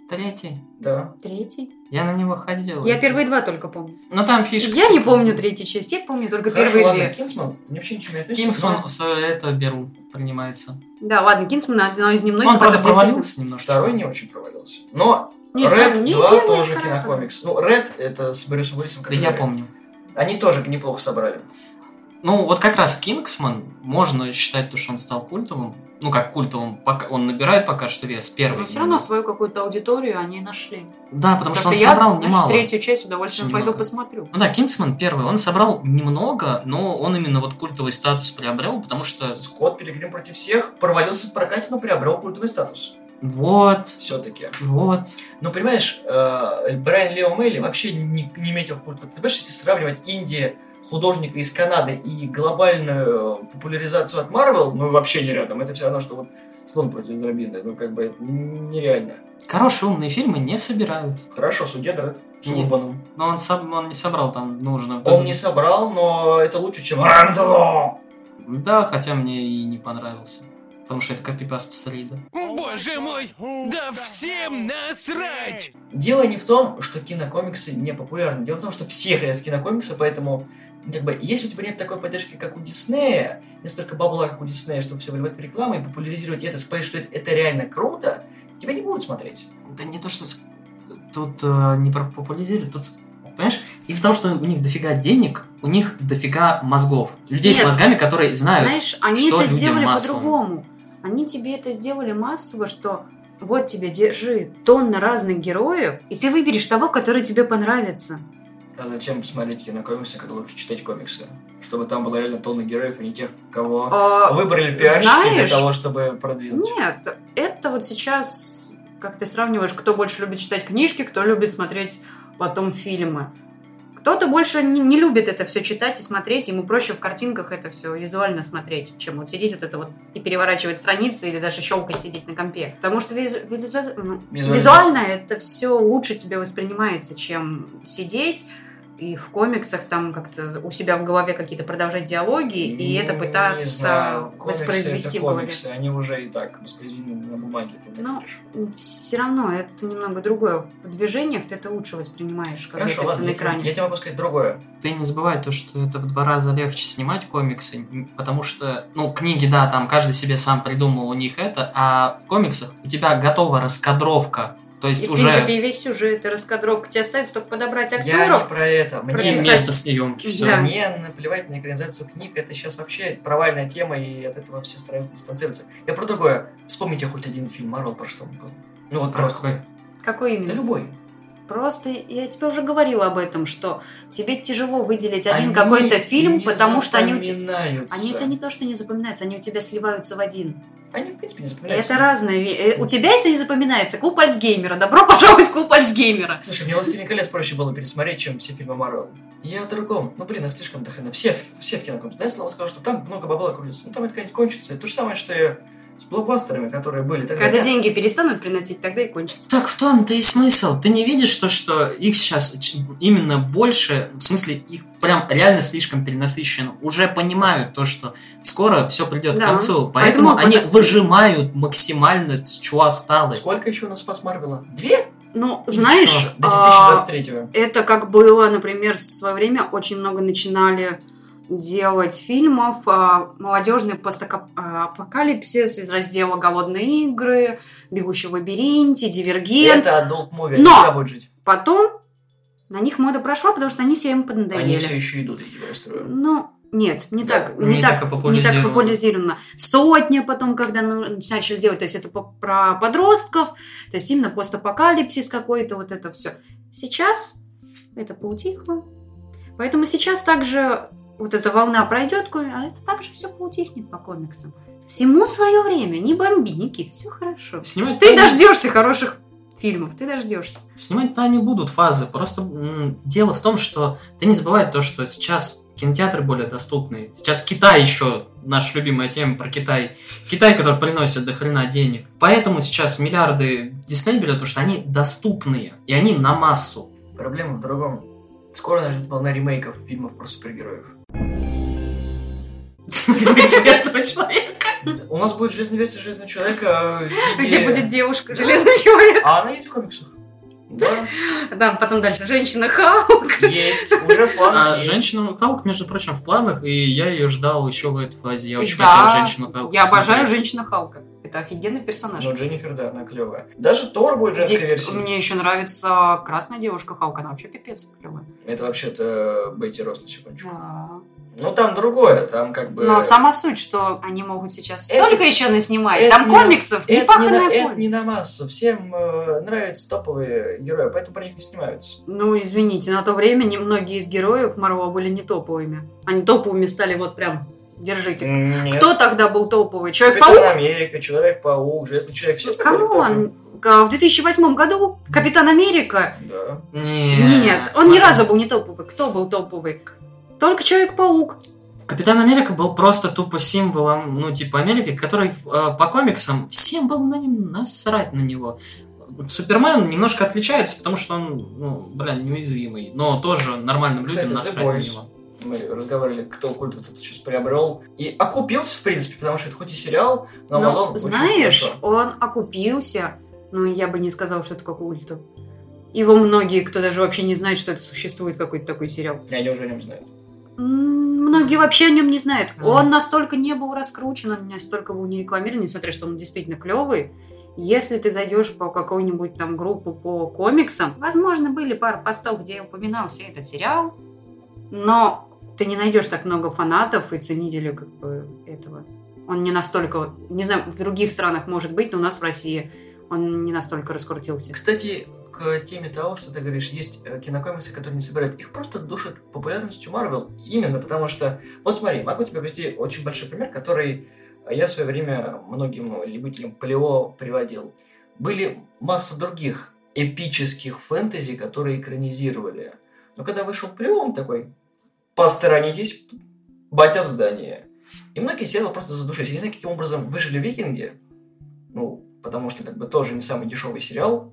Третий. Да. Третий. Я на него ходил. Я первые два только помню. Ну там фишка. Я не помню третью часть, я помню только Хорошо, первые ладно, две. Кингсман, мне вообще ничего не относится. Кингсман но с это беру, принимается. Да, ладно, Кингсман одно из немногих. Он, правда, которые провалился немножко. Второй не очень провалился. Но Не знаю, Red мне два первый тоже второй кинокомикс. Ну, Red это с Брюсом Уиллисом. Да который- я помню. Они тоже неплохо собрали. Ну, вот как раз Кингсман, можно считать то, что он стал культовым. Ну, как культовым, пока он набирает пока что вес, первый. Но все равно свою какую-то аудиторию они нашли. Да, потому что он я, собрал значит, немало. третью часть с удовольствием Очень пойду немного. посмотрю. Ну да, Кингсман первый, он собрал немного, но он именно вот культовый статус приобрел, потому что Скотт Пилигрим против всех провалился в прокате, но приобрел культовый статус. вот, Все-таки. вот. Ну, понимаешь, э, Брайан Ли О'Мейли вообще не, не метил в культ. Ты понимаешь, если сравнивать инди художника из Канады и глобальную популяризацию от Марвел, ну, вообще не рядом. Это все равно, что вот слон против дробины. Ну, как бы, это нереально. Хорошие умные фильмы не собирают. Хорошо, судья Дред с Нет. Урбаном. Но он, сам, он не собрал там нужно. Он не собрал, но это лучше, чем Рандало. Да, хотя мне и не понравился. Потому что это копипаст с Рида. Боже мой, да всем насрать! Дело не в том, что кинокомиксы не популярны. Дело в том, что все хотят в кинокомиксы, поэтому как бы, если у тебя нет такой поддержки, как у Диснея, не столько бабла, как у Диснея, чтобы все выливать в рекламу и популяризировать это, сказать, что это, это реально круто, тебя не будут смотреть. Да не то, что с- тут э, не про популяризируют, тут, понимаешь, из-за того, что у них дофига денег, у них дофига мозгов. Людей Нет. с мозгами, которые знают, Знаешь, они что это людям сделали массово. по-другому. Они тебе это сделали массово, что вот тебе, держи тонна разных героев, и ты выберешь того, который тебе понравится. А зачем смотреть кинокомиксы, когда лучше читать комиксы? Чтобы там было реально тонна героев, а не тех, кого А, выбрали пиарщики для знаешь, того, чтобы продвинуть. Нет, это вот сейчас, как ты сравниваешь, кто больше любит читать книжки, кто любит смотреть потом фильмы. Кто-то больше не, не любит это все читать и смотреть, ему проще в картинках это все визуально смотреть, чем вот сидеть вот это вот и переворачивать страницы или даже щелкать сидеть на компе. Потому что визу- визу- ну, Визуализация. визуально это все лучше тебе воспринимается, чем сидеть и в комиксах там как-то у себя в голове какие-то продолжать диалоги и это Ну, пытаться не знаю. Комиксы воспроизвести это в голове. комиксы, они уже и так воспроизведены на бумаге. Ты Ну, видишь. все равно это немного другое. В движениях ты это лучше воспринимаешь, когда Хорошо, это все ладно, на я, тебе, экране. я тебе могу сказать другое. Ты не забывай то, что это в два раза легче снимать комиксы, потому что, ну, книги, да, там каждый себе сам придумал у них это, а в комиксах у тебя готова раскадровка, то есть И, уже в принципе, и весь сюжет, и раскадровка. Тебе остается только подобрать Я не актеров. про это. Мне, и прописать. место съемки, все. Да. мне наплевать на экранизацию книг. Это сейчас вообще провальная тема, и от этого все стараются дистанцироваться. Я про другое. Вспомните хоть один фильм Марвел, про что он был. Ну вот Про просто. какой? Какой Да именно? любой. Просто я тебе уже говорила об этом, что тебе тяжело выделить один Они какой-то фильм, не потому что они у тебя... запоминаются. Они у тебя не то, что не запоминаются, они у тебя сливаются в один. Они, в принципе, не И запоминаются. это разное. ве- э, У тебя, если не запоминается, клуб Альцгеймера. Добро пожаловать в клуб Альцгеймера. Слушай, мне «Властелин колец» проще было пересмотреть, чем все фильмы Марвел. Я о другом. Ну, блин, их слишком дохрена. Все, в- все в кинокомиксах. Да, я слово сказал, что там много бабла крутится. Ну, там это когда-нибудь кончится. Это то же самое, что и с блокбастерами, которые были тогда. Когда Я- деньги перестанут приносить, тогда и кончится. Так в том-то и смысл. Ты не видишь то, что их сейчас ч- именно больше, в смысле, их прям реально слишком перенасыщено. Уже понимают то, что скоро все придет Да. к концу. Поэтому, Поэтому они пока- выжимают максимально, с чего осталось. Сколько еще у нас спас Марвела? Две? Ну, И знаешь, чё? До а, две тысячи двадцать третьего. это как было, например, в свое время очень много начинали делать фильмов а, молодежный постапокалипсис из раздела «Голодные игры», «Бегущий в лабиринте», «Дивергент». Это adult movie, они Но! всегда будут жить. Потом на них мода прошла, потому что они всем поднадоели. Они все еще идут, я тебя расстрою. Ну, нет, не Да, так, не не, так так, не так популяризировано. популяризировано. Сотня потом, когда ну, начали делать, то есть это по- про подростков, то есть именно постапокалипсис какой-то, вот это все. Сейчас это поутихло. Поэтому сейчас также вот эта волна пройдет, а это также все поутихнет по комиксам. Всему свое время, не бомби, Никит, все хорошо. Снимать Ты они- дождешься хороших фильмов, ты дождешься. Снимать-то они будут фазы. Просто м, дело в том, что ты не забывай то, что сейчас кинотеатры более доступны. Сейчас Китай еще, наша любимая тема про Китай. Китай, который приносит до хрена денег. Поэтому сейчас миллиарды Дисней берет, потому что они доступные. И они на массу. Проблема в другом. Скоро нас ждет волна ремейков фильмов про супергероев. Железного человека. У нас будет железная версия Железного Человека в виде... Где будет девушка Железный Человек? А она есть в комиксах. Да. Да, потом дальше Женщина-Халк. Есть, уже в планах А есть. Женщина Халк, между прочим, в планах, и я ее ждал еще в этой фазе. Я очень Да, хотел Женщину Халк. я обожаю посмотреть. Женщина-Халка. Это офигенный персонаж. Ну, Дженнифер, да, она клевая. Даже Тор будет женской Де- версией. Мне еще нравится красная девушка Халк, она вообще пипец клевая. Это вообще-то Бетти Росс, на секундочку. Да. Ну, там другое, там как бы... Но сама суть, что они могут сейчас Это- столько еще наснимать. это Там не на- комиксов, Это не, на, непаханное это поле. не на массу. Всем э, нравятся топовые герои, поэтому про них не снимаются. Ну, извините, на то время не- многие из героев Марвел были не топовыми. Они топовыми стали вот прям, держите. Нет. Кто тогда был топовый? Капитан Человек-паук? Америка, Человек-паук, Железный Человек, все были топовые. Камон! К- В две тысячи восьмом году Капитан Америка? Да. Нет, Нет, он ни смотри. разу был не топовый. Кто был топовый? Только Человек-паук. Капитан Америка был просто тупо символом, ну, типа Америки, который э, по комиксам всем было на нем насрать на него. Супермен немножко отличается, потому что он, ну, блин, неуязвимый, но тоже нормальным Кстати, людям The насрать на Boys. него. Мы разговаривали, кто культ этот сейчас приобрел. И окупился, в принципе, потому что это хоть и сериал, но Но, Amazon очень знаешь, хорошо. он окупился, но я бы не сказал, что это как ультра. Его многие, кто даже вообще не знает, что это существует какой-то такой сериал. И они уже о нем знают. М, Многие вообще о нем не знают. Мгм. Он настолько не был раскручен, он настолько был не рекламирован, несмотря что он действительно клевый. Если ты зайдешь по какой-нибудь там группу по комиксам, возможно, были пару постов, где упоминался этот сериал, но ты не найдешь так много фанатов и ценителей как бы этого. Он не настолько, не знаю, в других странах может быть, но у нас в России он не настолько раскрутился. Кстати, к теме того, что ты говоришь, есть э, кинокомиксы, которые не собирают. Их просто душат популярностью Марвел. Именно потому что... Вот смотри, могу тебе привести очень большой пример, который я в свое время многим любителям палео приводил. Были масса других эпических фэнтези, которые экранизировали. Но когда вышел палео, он такой: посторонитесь, батя в здании. И многие сериалы просто задушились. Я не знаю, каким образом выжили викинги. Ну, потому что как бы тоже не самый дешевый сериал.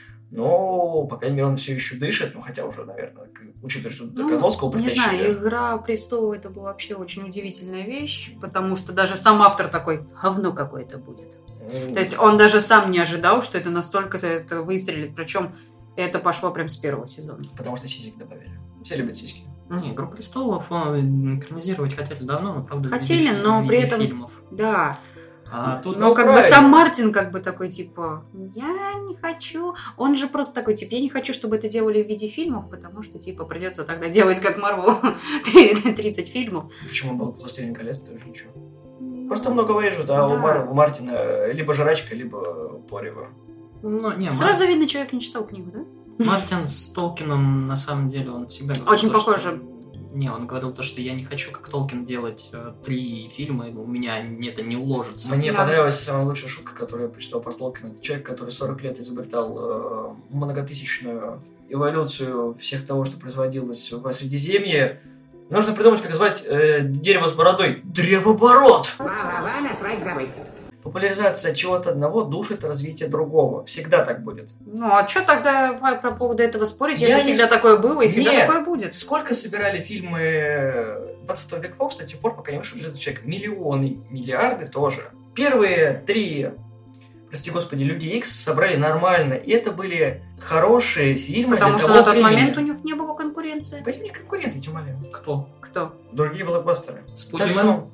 Но, по крайней мере, он все еще дышит. Ну, хотя уже, наверное, к- учитывая, что до Ну, Козловского Не притащили. знаю, «Игра престолов» это была вообще очень удивительная вещь, потому что даже сам автор такой: говно какое-то будет. М, То есть он даже сам не ожидал, что это настолько это выстрелит. Причем это пошло прям с первого сезона. Потому что сисек добавили. Все любят сиськи. Не, «Игру престолов» он экранизировать хотели давно, но, правда, в виде Хотели, фи- но в при виде этом- фильмов. Да. А тут... Но Ну, как бы правильно. сам Мартин как бы такой, типа, я не хочу. Он же просто такой, типа, я не хочу, чтобы это делали в виде фильмов, потому что, типа, придется тогда делать как Марвел тридцать фильмов. Почему был «Властелин колец», тоже ничего. Просто много вырежут, а у, Да. Мар- у Мартина либо жрачка, либо порево. Ну, не, Сразу видно, человек не читал книгу, да? Мартин с Толкином, на самом деле, он всегда говорил Очень то, похоже. что- Не, он говорил то, что я не хочу, как Толкин, делать э, три фильма, и у меня это не уложится. Мне Да. понравилась самая лучшая шутка, которую я прочитал про Толкина. Это человек, который сорок лет изобретал э, многотысячную эволюцию всех того, что производилось в Средиземье. Нужно придумать, как звать э, дерево с бородой. Древоборот! Ва-ва-ва, насрать забыть. Популяризация чего-то одного душит развитие другого. Всегда так будет. Ну, а что тогда по, по поводу этого спорить, Я если не всегда с- такое было и всегда Нет. такое будет? Сколько собирали фильмы двадцатого века Фокс до тех пор, пока не вышел «Железный человек»? Миллионы, миллиарды тоже. Первые три, прости господи, Люди Икс собрали нормально. И это были хорошие фильмы Потому для что того на тот времени. момент у них не было конкуренции. Были не конкуренты, я тебя умоляю. Кто? Кто? Другие блокбастеры. Спудермен? Так само-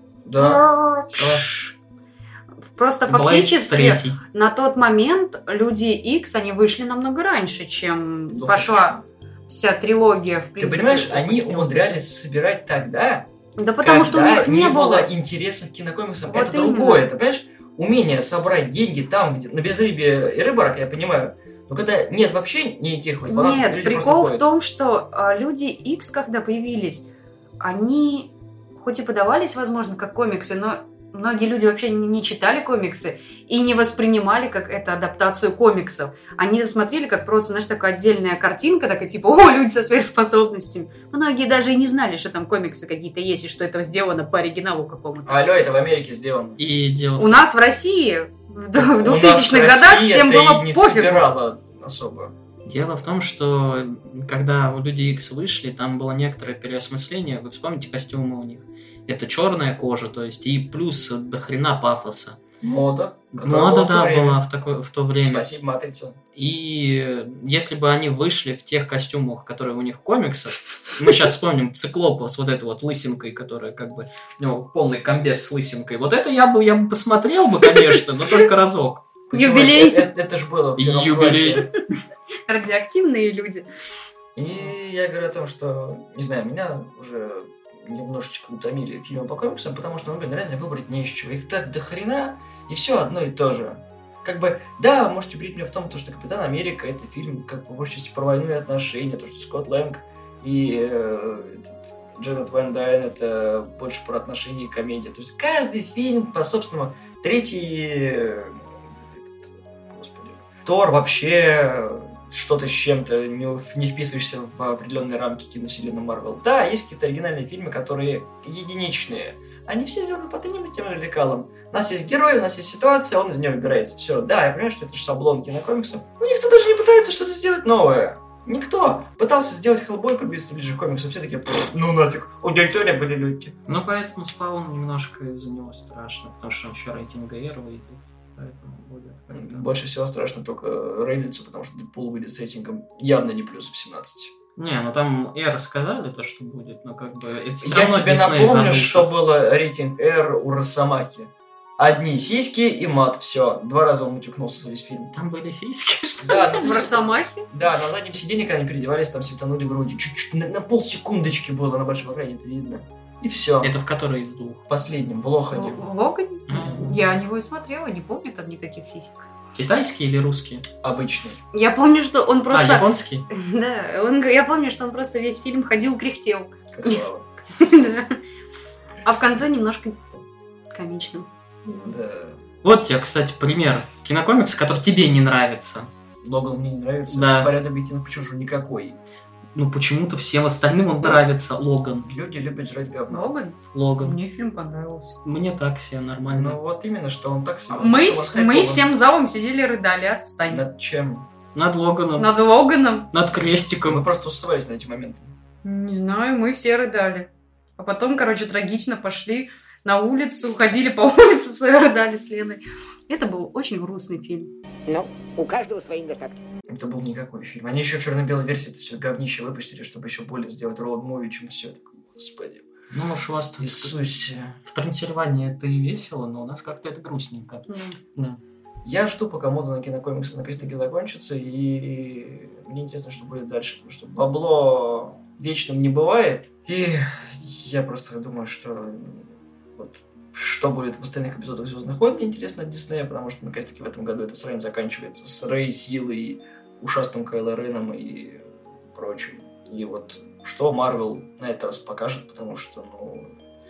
Да. Просто Блэйд фактически третий. на тот момент Люди Икс, они вышли намного раньше, чем Ну, пошла вся трилогия, в Ты принципе. понимаешь, они выпустила. умудрялись собирать тогда, Да потому что у когда них не было. интереса к кинокомиксам. Вот это именно. другое. Ты понимаешь, умение собрать деньги там, где на безрыбье и рыбарок, я понимаю. Но когда нет вообще никаких вот фанатов, Нет, люди прикол просто в ходят. том, что а, Люди Икс, когда появились, они хоть и подавались, возможно, как комиксы, но многие люди вообще не не читали комиксы и не воспринимали как это адаптацию комиксов. Они это смотрели как просто, знаешь, такая отдельная картинка, такая типа, о, люди со сверхспособностями. Многие даже и не знали, что там комиксы какие-то есть, и что это сделано по оригиналу какому-то. Алло, это в Америке сделано. И дело в У нас в России в д- в У нас двухтысячных в годах России всем это было и не пофигу. собирало особо. Дело в том, что когда у Люди Икс вышли, там было некоторое переосмысление. Вы вспомните костюмы у них. Это черная кожа, то есть, и плюс до хрена пафоса. Мода. Мода, да, была в, такое, в то время. Спасибо, Матрица. И если бы они вышли в тех костюмах, которые у них в комиксах, мы сейчас вспомним Циклопа с вот этой вот лысинкой, которая как бы, у него полный комбез с лысинкой. Вот это я бы, я бы посмотрел бы, конечно, но только разок. Почему? Юбилей. Это, это, это же было в первом Юбилей. классе. Радиоактивные люди. И я говорю о том, что, не знаю, меня уже немножечко утомили фильмы по комиксам, потому что, ну, блин, реально выбрать не из чего. Их так до хрена, и все одно и то же. Как бы, да, вы можете убедить меня в том, что «Капитан Америка» — это фильм, как по большей части, про войну и отношения, то, что Скотт Лэнг и э, этот, Дженнет Ван Дайен — это больше про отношения и комедия. То есть каждый фильм по собственному. Третий... э, этот, господи, Тор вообще что-то с чем-то, не, не вписываешься в определенные рамки киновселенной Марвел. Да, есть какие-то оригинальные фильмы, которые единичные. Они все сделаны по одним и тем же лекалам. У нас есть герой, у нас есть ситуация, он из нее выбирается. Все, да, я понимаю, что это же шаблон кинокомиксов. Но никто даже не пытается что-то сделать новое. Никто. Пытался сделать Хеллбой, приблизиться ближе к комиксам. Все такие, ну нафиг. У Дель Торо были люди. Ну, поэтому Спаун немножко из-за него страшно, потому что он еще рейтинга R выйдет. Поэтому будет как-то... Больше всего страшно только Рейнольдсу, потому что Дэдпул выйдет с рейтингом явно не плюс восемнадцать. Не, ну там R сказали то, что будет, но как бы... Все Я равно тебе Disney напомню, задушит. что было рейтинг R у Росомахи. Одни сиськи и мат, все. Два раза он утюкнулся за весь фильм. Там были сиськи, что Да, на В заднем- Росомахе? да, на заднем сиденье, когда они переодевались, там светанули грудью. Чуть-чуть, на, на полсекундочки было на большом экране, это видно. И все. Это в которой из двух? В последнем, в Лохане. В Логане? М. Я него и смотрела, не помню там никаких сисек. Китайские или русские? Обычный. Я помню, что он А, просто... японские? Да, он, я помню, что он просто весь фильм ходил, кряхтел. Как слава. Да. А в конце немножко комичным. Да. Вот тебе, кстати, пример кинокомикса, который тебе не нравится. Логан мне не нравится. Да. По ряду объективных причин же никакой. Ну, почему-то всем остальным он нравится. Логан. Люди любят жрать говно. Логан? Логан. Мне фильм понравился. Мне так себе нормально. Ну вот именно, что он так себе. Мы, слишком с- мы расхайпован. всем залом сидели, рыдали, отстань. Над чем? Над Логаном. Над Логаном? Над крестиком. Мы просто усывались на эти моменты. Не знаю, мы все рыдали. А потом, короче, трагично пошли на улицу, ходили по улице, свои рыдали с Леной. Это был очень грустный фильм. Ну, у каждого свои недостатки. Это был никакой фильм. Они еще в черно-белой версии это все говнище выпустили, чтобы еще более сделать роуд-муви, чем все. Так, господи. Ну, может, у вас тут Иисусе. в Трансильвании это и весело, но у нас как-то это грустненько. Да. Да. Я жду, пока мода на кинокомиксы наконец-таки закончится, и мне интересно, что будет дальше, потому что бабло вечным не бывает, и я просто думаю, что вот, что будет в остальных эпизодах «Звездных войн», мне интересно от Диснея, потому что наконец-таки в этом году эта срань заканчивается с Рэй, Силой, ушастым Кайло Реном и прочим. И вот что Марвел на этот раз покажет, потому что, ну,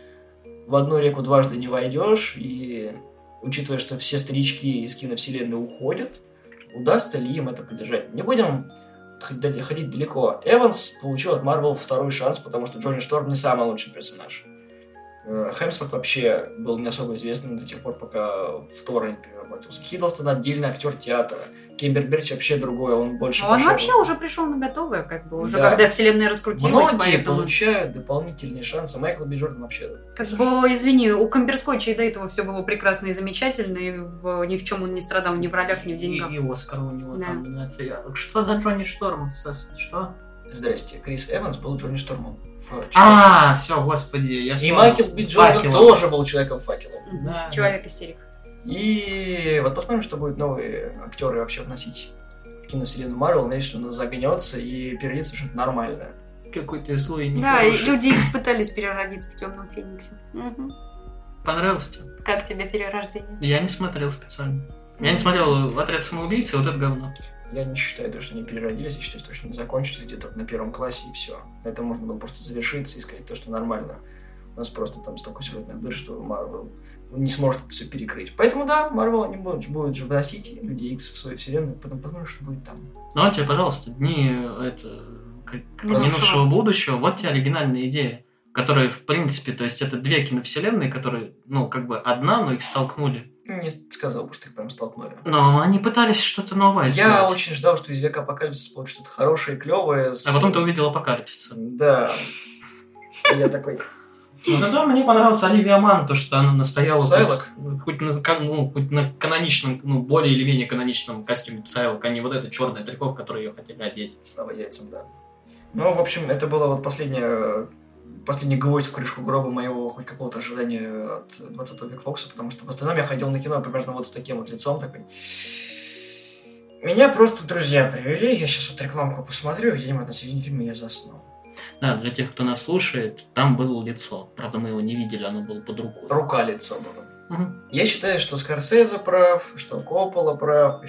в одну реку дважды не войдешь, и учитывая, что все старички из киновселенной уходят, удастся ли им это поддержать? Не будем ходить далеко. Эванс получил от Марвел второй шанс, потому что Джонни Шторм не самый лучший персонаж. Хемсворт вообще был не особо известным до тех пор, пока в Тора не переработался. Хиддлстон отдельный актер театра. Кембербэтч вообще другой, он больше Он пошел- вообще уже пришел на готовое, как бы, уже Да. когда вселенная раскрутилась, Многие поэтому... получают дополнительные шансы. Майкл Би Джордан вообще... Как бы, извини, у Камберскотча и до этого все было прекрасно и замечательно, и в- ни в чем он не страдал, ни в ролях, ни в деньгах. И, и Оскар у него Да. там номинация. Что за Джонни Шторм? Со- Что? Здрасте, Крис Эванс был Джонни Штормом. в А, все, господи, я И вспомнил. Майкл Би Джордан Факелом. тоже был Человеком-факелом. Да, Человек-истерик. И вот посмотрим, что будут новые актеры вообще вносить в киновселенную Марвел. Надеюсь, что она загнется и переродится в что-то нормальное. какой-то злой и Да, и нехороший. люди Икс пытались переродиться в Темном Фениксе. Мгм. Понравилось тебе? Как тебе перерождение? Я не смотрел специально. Я не смотрел «Отряд самоубийц» и вот это говно. Я не считаю, то, что они переродились, я считаю, что они закончились где-то на первом классе, и все. На этом можно было просто завершиться и сказать то, что нормально. У нас просто там столько сюжетных дыр, что Марвел не сможет это все перекрыть. Поэтому да, Марвел они будут, будут же вносить Люди Икс в свою вселенную, потом посмотрим, что будет там. Ну, а тебе, пожалуйста, дни это, как, Минувшего. минувшего будущего, вот тебе оригинальная идея, которая, в принципе, то есть это две киновселенные, которые, ну, как бы одна, но их столкнули Не сказал бы, что их прям столкнули. Но они пытались что-то новое Я сделать. очень ждал, что из века апокалипсиса будет что-то хорошее, клевое. С... А потом ты увидел апокалипсис. Да. И я такой... Но зато мне понравилась Оливия Манн, то, что она настояла Psylocke? хоть, хоть, на, кан- ну, хоть на каноничном, ну, более или менее каноничном костюме Psylocke, а не вот эта черная трико, в которую ее хотели одеть. Слава яйцам, да. Ну, в общем, это было вот последнее... Последний гвоздь в крышку гроба моего хоть какого-то ожидания от двадцатого века Фокса, потому что в остальном я ходил на кино примерно вот с таким вот лицом такой. Меня просто друзья привели, я сейчас вот рекламку посмотрю, где-нибудь на середине фильма я заснул. Да, для тех, кто нас слушает, там было лицо. Правда, мы его не видели, оно было под рукой. Рука-лицо было. Угу. Я считаю, что Скорсезе прав, что Коппола прав, и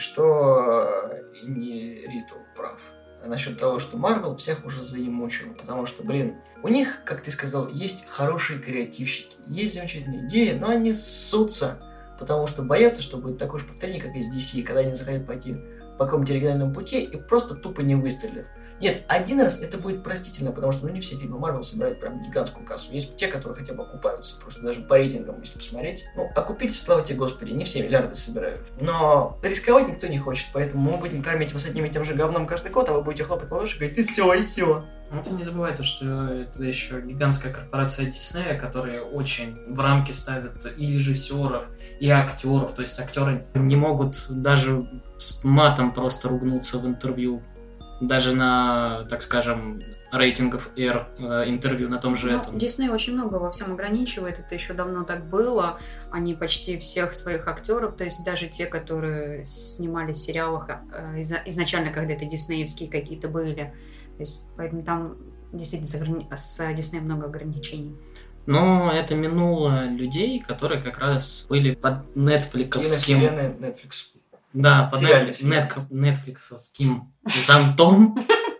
что Иньярриту прав. А насчет того, что Марвел всех уже заимучил, потому что, блин, у них, как ты сказал, есть хорошие креативщики, есть замечательные идеи, но они ссутся, потому что боятся, что будет такое же повторение, как из ди си, когда они захотят пойти по какому-нибудь оригинальному пути и просто тупо не выстрелят. Нет, один раз это будет простительно, потому что ну, не все фильмы Марвел собирают прям гигантскую кассу. Есть те, которые хотя бы окупаются, просто даже по рейтингам, если посмотреть. Ну, окупитесь, слава тебе, Господи, не все миллиарды собирают. Но рисковать никто не хочет, поэтому мы будем кормить вас одним и тем же говном каждый год, а вы будете хлопать в ладоши и говорить, ты все, и все. Ну, ты не забывай то, что это еще гигантская корпорация Диснея, которая очень в рамки ставит и режиссеров, и актеров. То есть актеры не могут даже с матом просто ругнуться в интервью. Даже на, так скажем, рейтингов R э, интервью на том же Ну, этом. Дисней очень много во всем ограничивает, это еще давно так было. Они почти всех своих актеров, то есть даже те, которые снимались в сериалах э, изо- изначально, когда это диснеевские какие-то были. То есть, поэтому там действительно с, ограни- с Диснеем много ограничений. Но это минуло людей, которые как раз были под нетфликсовским... Киновселенная Netflix. Да, под Сериальная Netflix, вселенная. нетфликсовским зонтом.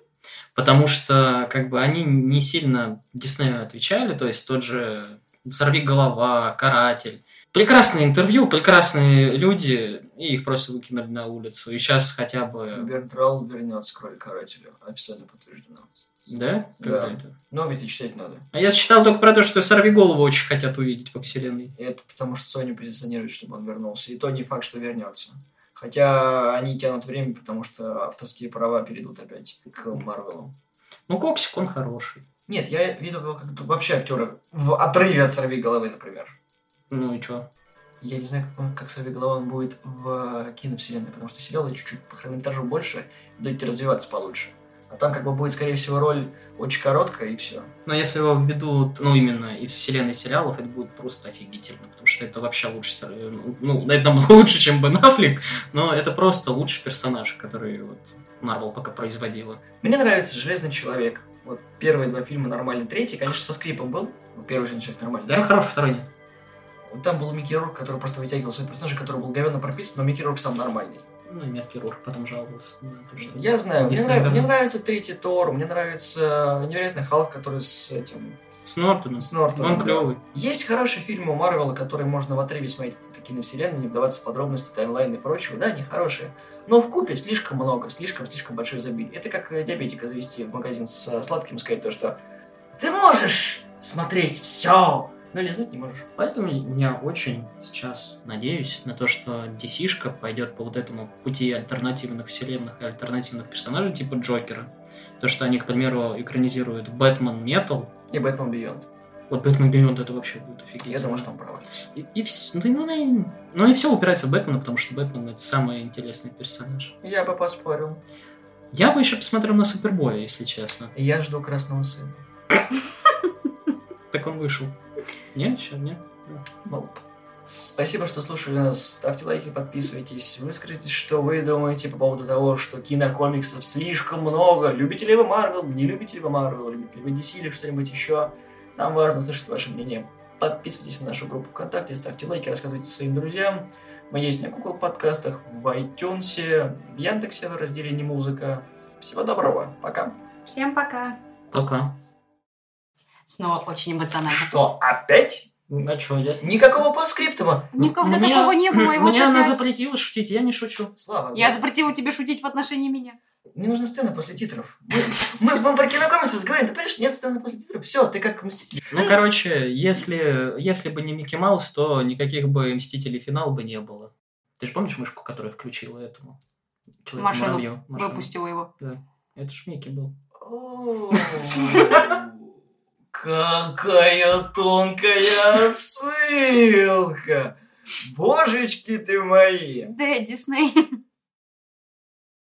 Потому что, как бы, они не сильно Диснею отвечали, то есть тот же «Сорвиголова», «Каратель». Прекрасные интервью, прекрасные люди, и их просто выкинули на улицу. И сейчас хотя бы... Бертрал вернется к роли карателя, официально подтверждено. Да? Когда Да. это? Новости читать надо. А я читал только про то, что «Сорвиголову» очень хотят увидеть во вселенной. И это потому что Sony позиционирует, чтобы он вернулся. И то не факт, что вернется. Хотя они тянут время, потому что авторские права перейдут опять к Марвелу. Ну, Коксик, он хороший. Нет, я видел его как вообще актера в отрыве от «Сорвиголовы», например. Ну и чё? Я не знаю, как, он, как «Сорвиголова» он будет в киновселенной, потому что сериалы чуть-чуть по хронометражу больше, будете развиваться получше. А там как бы будет, скорее всего, роль очень короткая, и все. Но если его введут, ну, именно из вселенной сериалов, это будет просто офигительно, потому что это вообще лучше, ну, это намного лучше, чем Бен Аффлек, но это просто лучший персонаж, который вот Марвел пока производила. Мне нравится «Железный человек». Вот первые два фильма нормальный, третий, конечно, со скрипом был. Первый «Железный человек» нормальный. Первый хороший, второй нет. Вот там был Микки Рурк, который просто вытягивал свой персонаж, который был говенно прописан, но Микки Рурк сам нормальный. Ну, и Меркьюри Рурк потом жаловался на то, что... Я знаю, мне, Дисней нрав- мне говно. нравится третий Тор, мне нравится Невероятный Халк, который с этим... С Нортоном. С Нортоном, Он да. клевый. Есть хорошие фильмы у Марвела, которые можно в отрыве смотреть от киновселенной, не вдаваться в подробности, таймлайн и прочего. Да, они хорошие. Но вкупе слишком много, слишком-слишком большое изобилие. Это как диабетика завести в магазин с сладким и сказать то, что ты можешь смотреть все, но лизнуть не можешь. Поэтому я очень сейчас надеюсь на то, что ди си-шка пойдет по вот этому пути альтернативных вселенных и альтернативных персонажей типа Джокера. То, что они, к примеру, экранизируют Бэтмен Метал. И Бэтмен Бейонд. Вот Бэтмен Бейонд это вообще будет офигительно. Я думаю, что он провалится. И, и вс- ну, ну, и- ну и все упирается в Бэтмена, потому что Бэтмен это самый интересный персонаж. Я бы поспорил. Я бы еще посмотрел на Супербоя, если честно. Я жду Красного Сына. Так он вышел. Нет, еще нет. Nope. Спасибо, что слушали нас. Ставьте лайки, подписывайтесь. Выскажите, что вы думаете по поводу того, что кинокомиксов слишком много. Любите ли вы Марвел, не любите ли вы Марвел, любите ли вы ди си или что-нибудь еще. Нам важно услышать ваше мнение. Подписывайтесь на нашу группу ВКонтакте, ставьте лайки, рассказывайте своим друзьям. Мы есть на Google подкастах, в iTunes, в Яндексе в разделе «Не музыка». Всего доброго. Пока. Всем пока. Пока. Снова очень эмоционально. Что, опять? А что, я... Никакого постскриптума. Никогда Мне- такого не было, и вот Мне она опять. запретила шутить, я не шучу. Слава. Я запретила тебе шутить в отношении меня. Мне нужна сцена после титров. Мы, мы, мы про кинокомиксы разговариваем, ты понимаешь, нет сцены после титров, все, ты как Мститель. Ну, короче, если, если бы не Микки Маус, то никаких бы Мстителей финал бы не было. Ты же помнишь мышку, которая включила этому? Машину. Выпустила его. Да. Это ж Микки был. Какая тонкая отсылка! Божечки ты мои! Да, Дисней.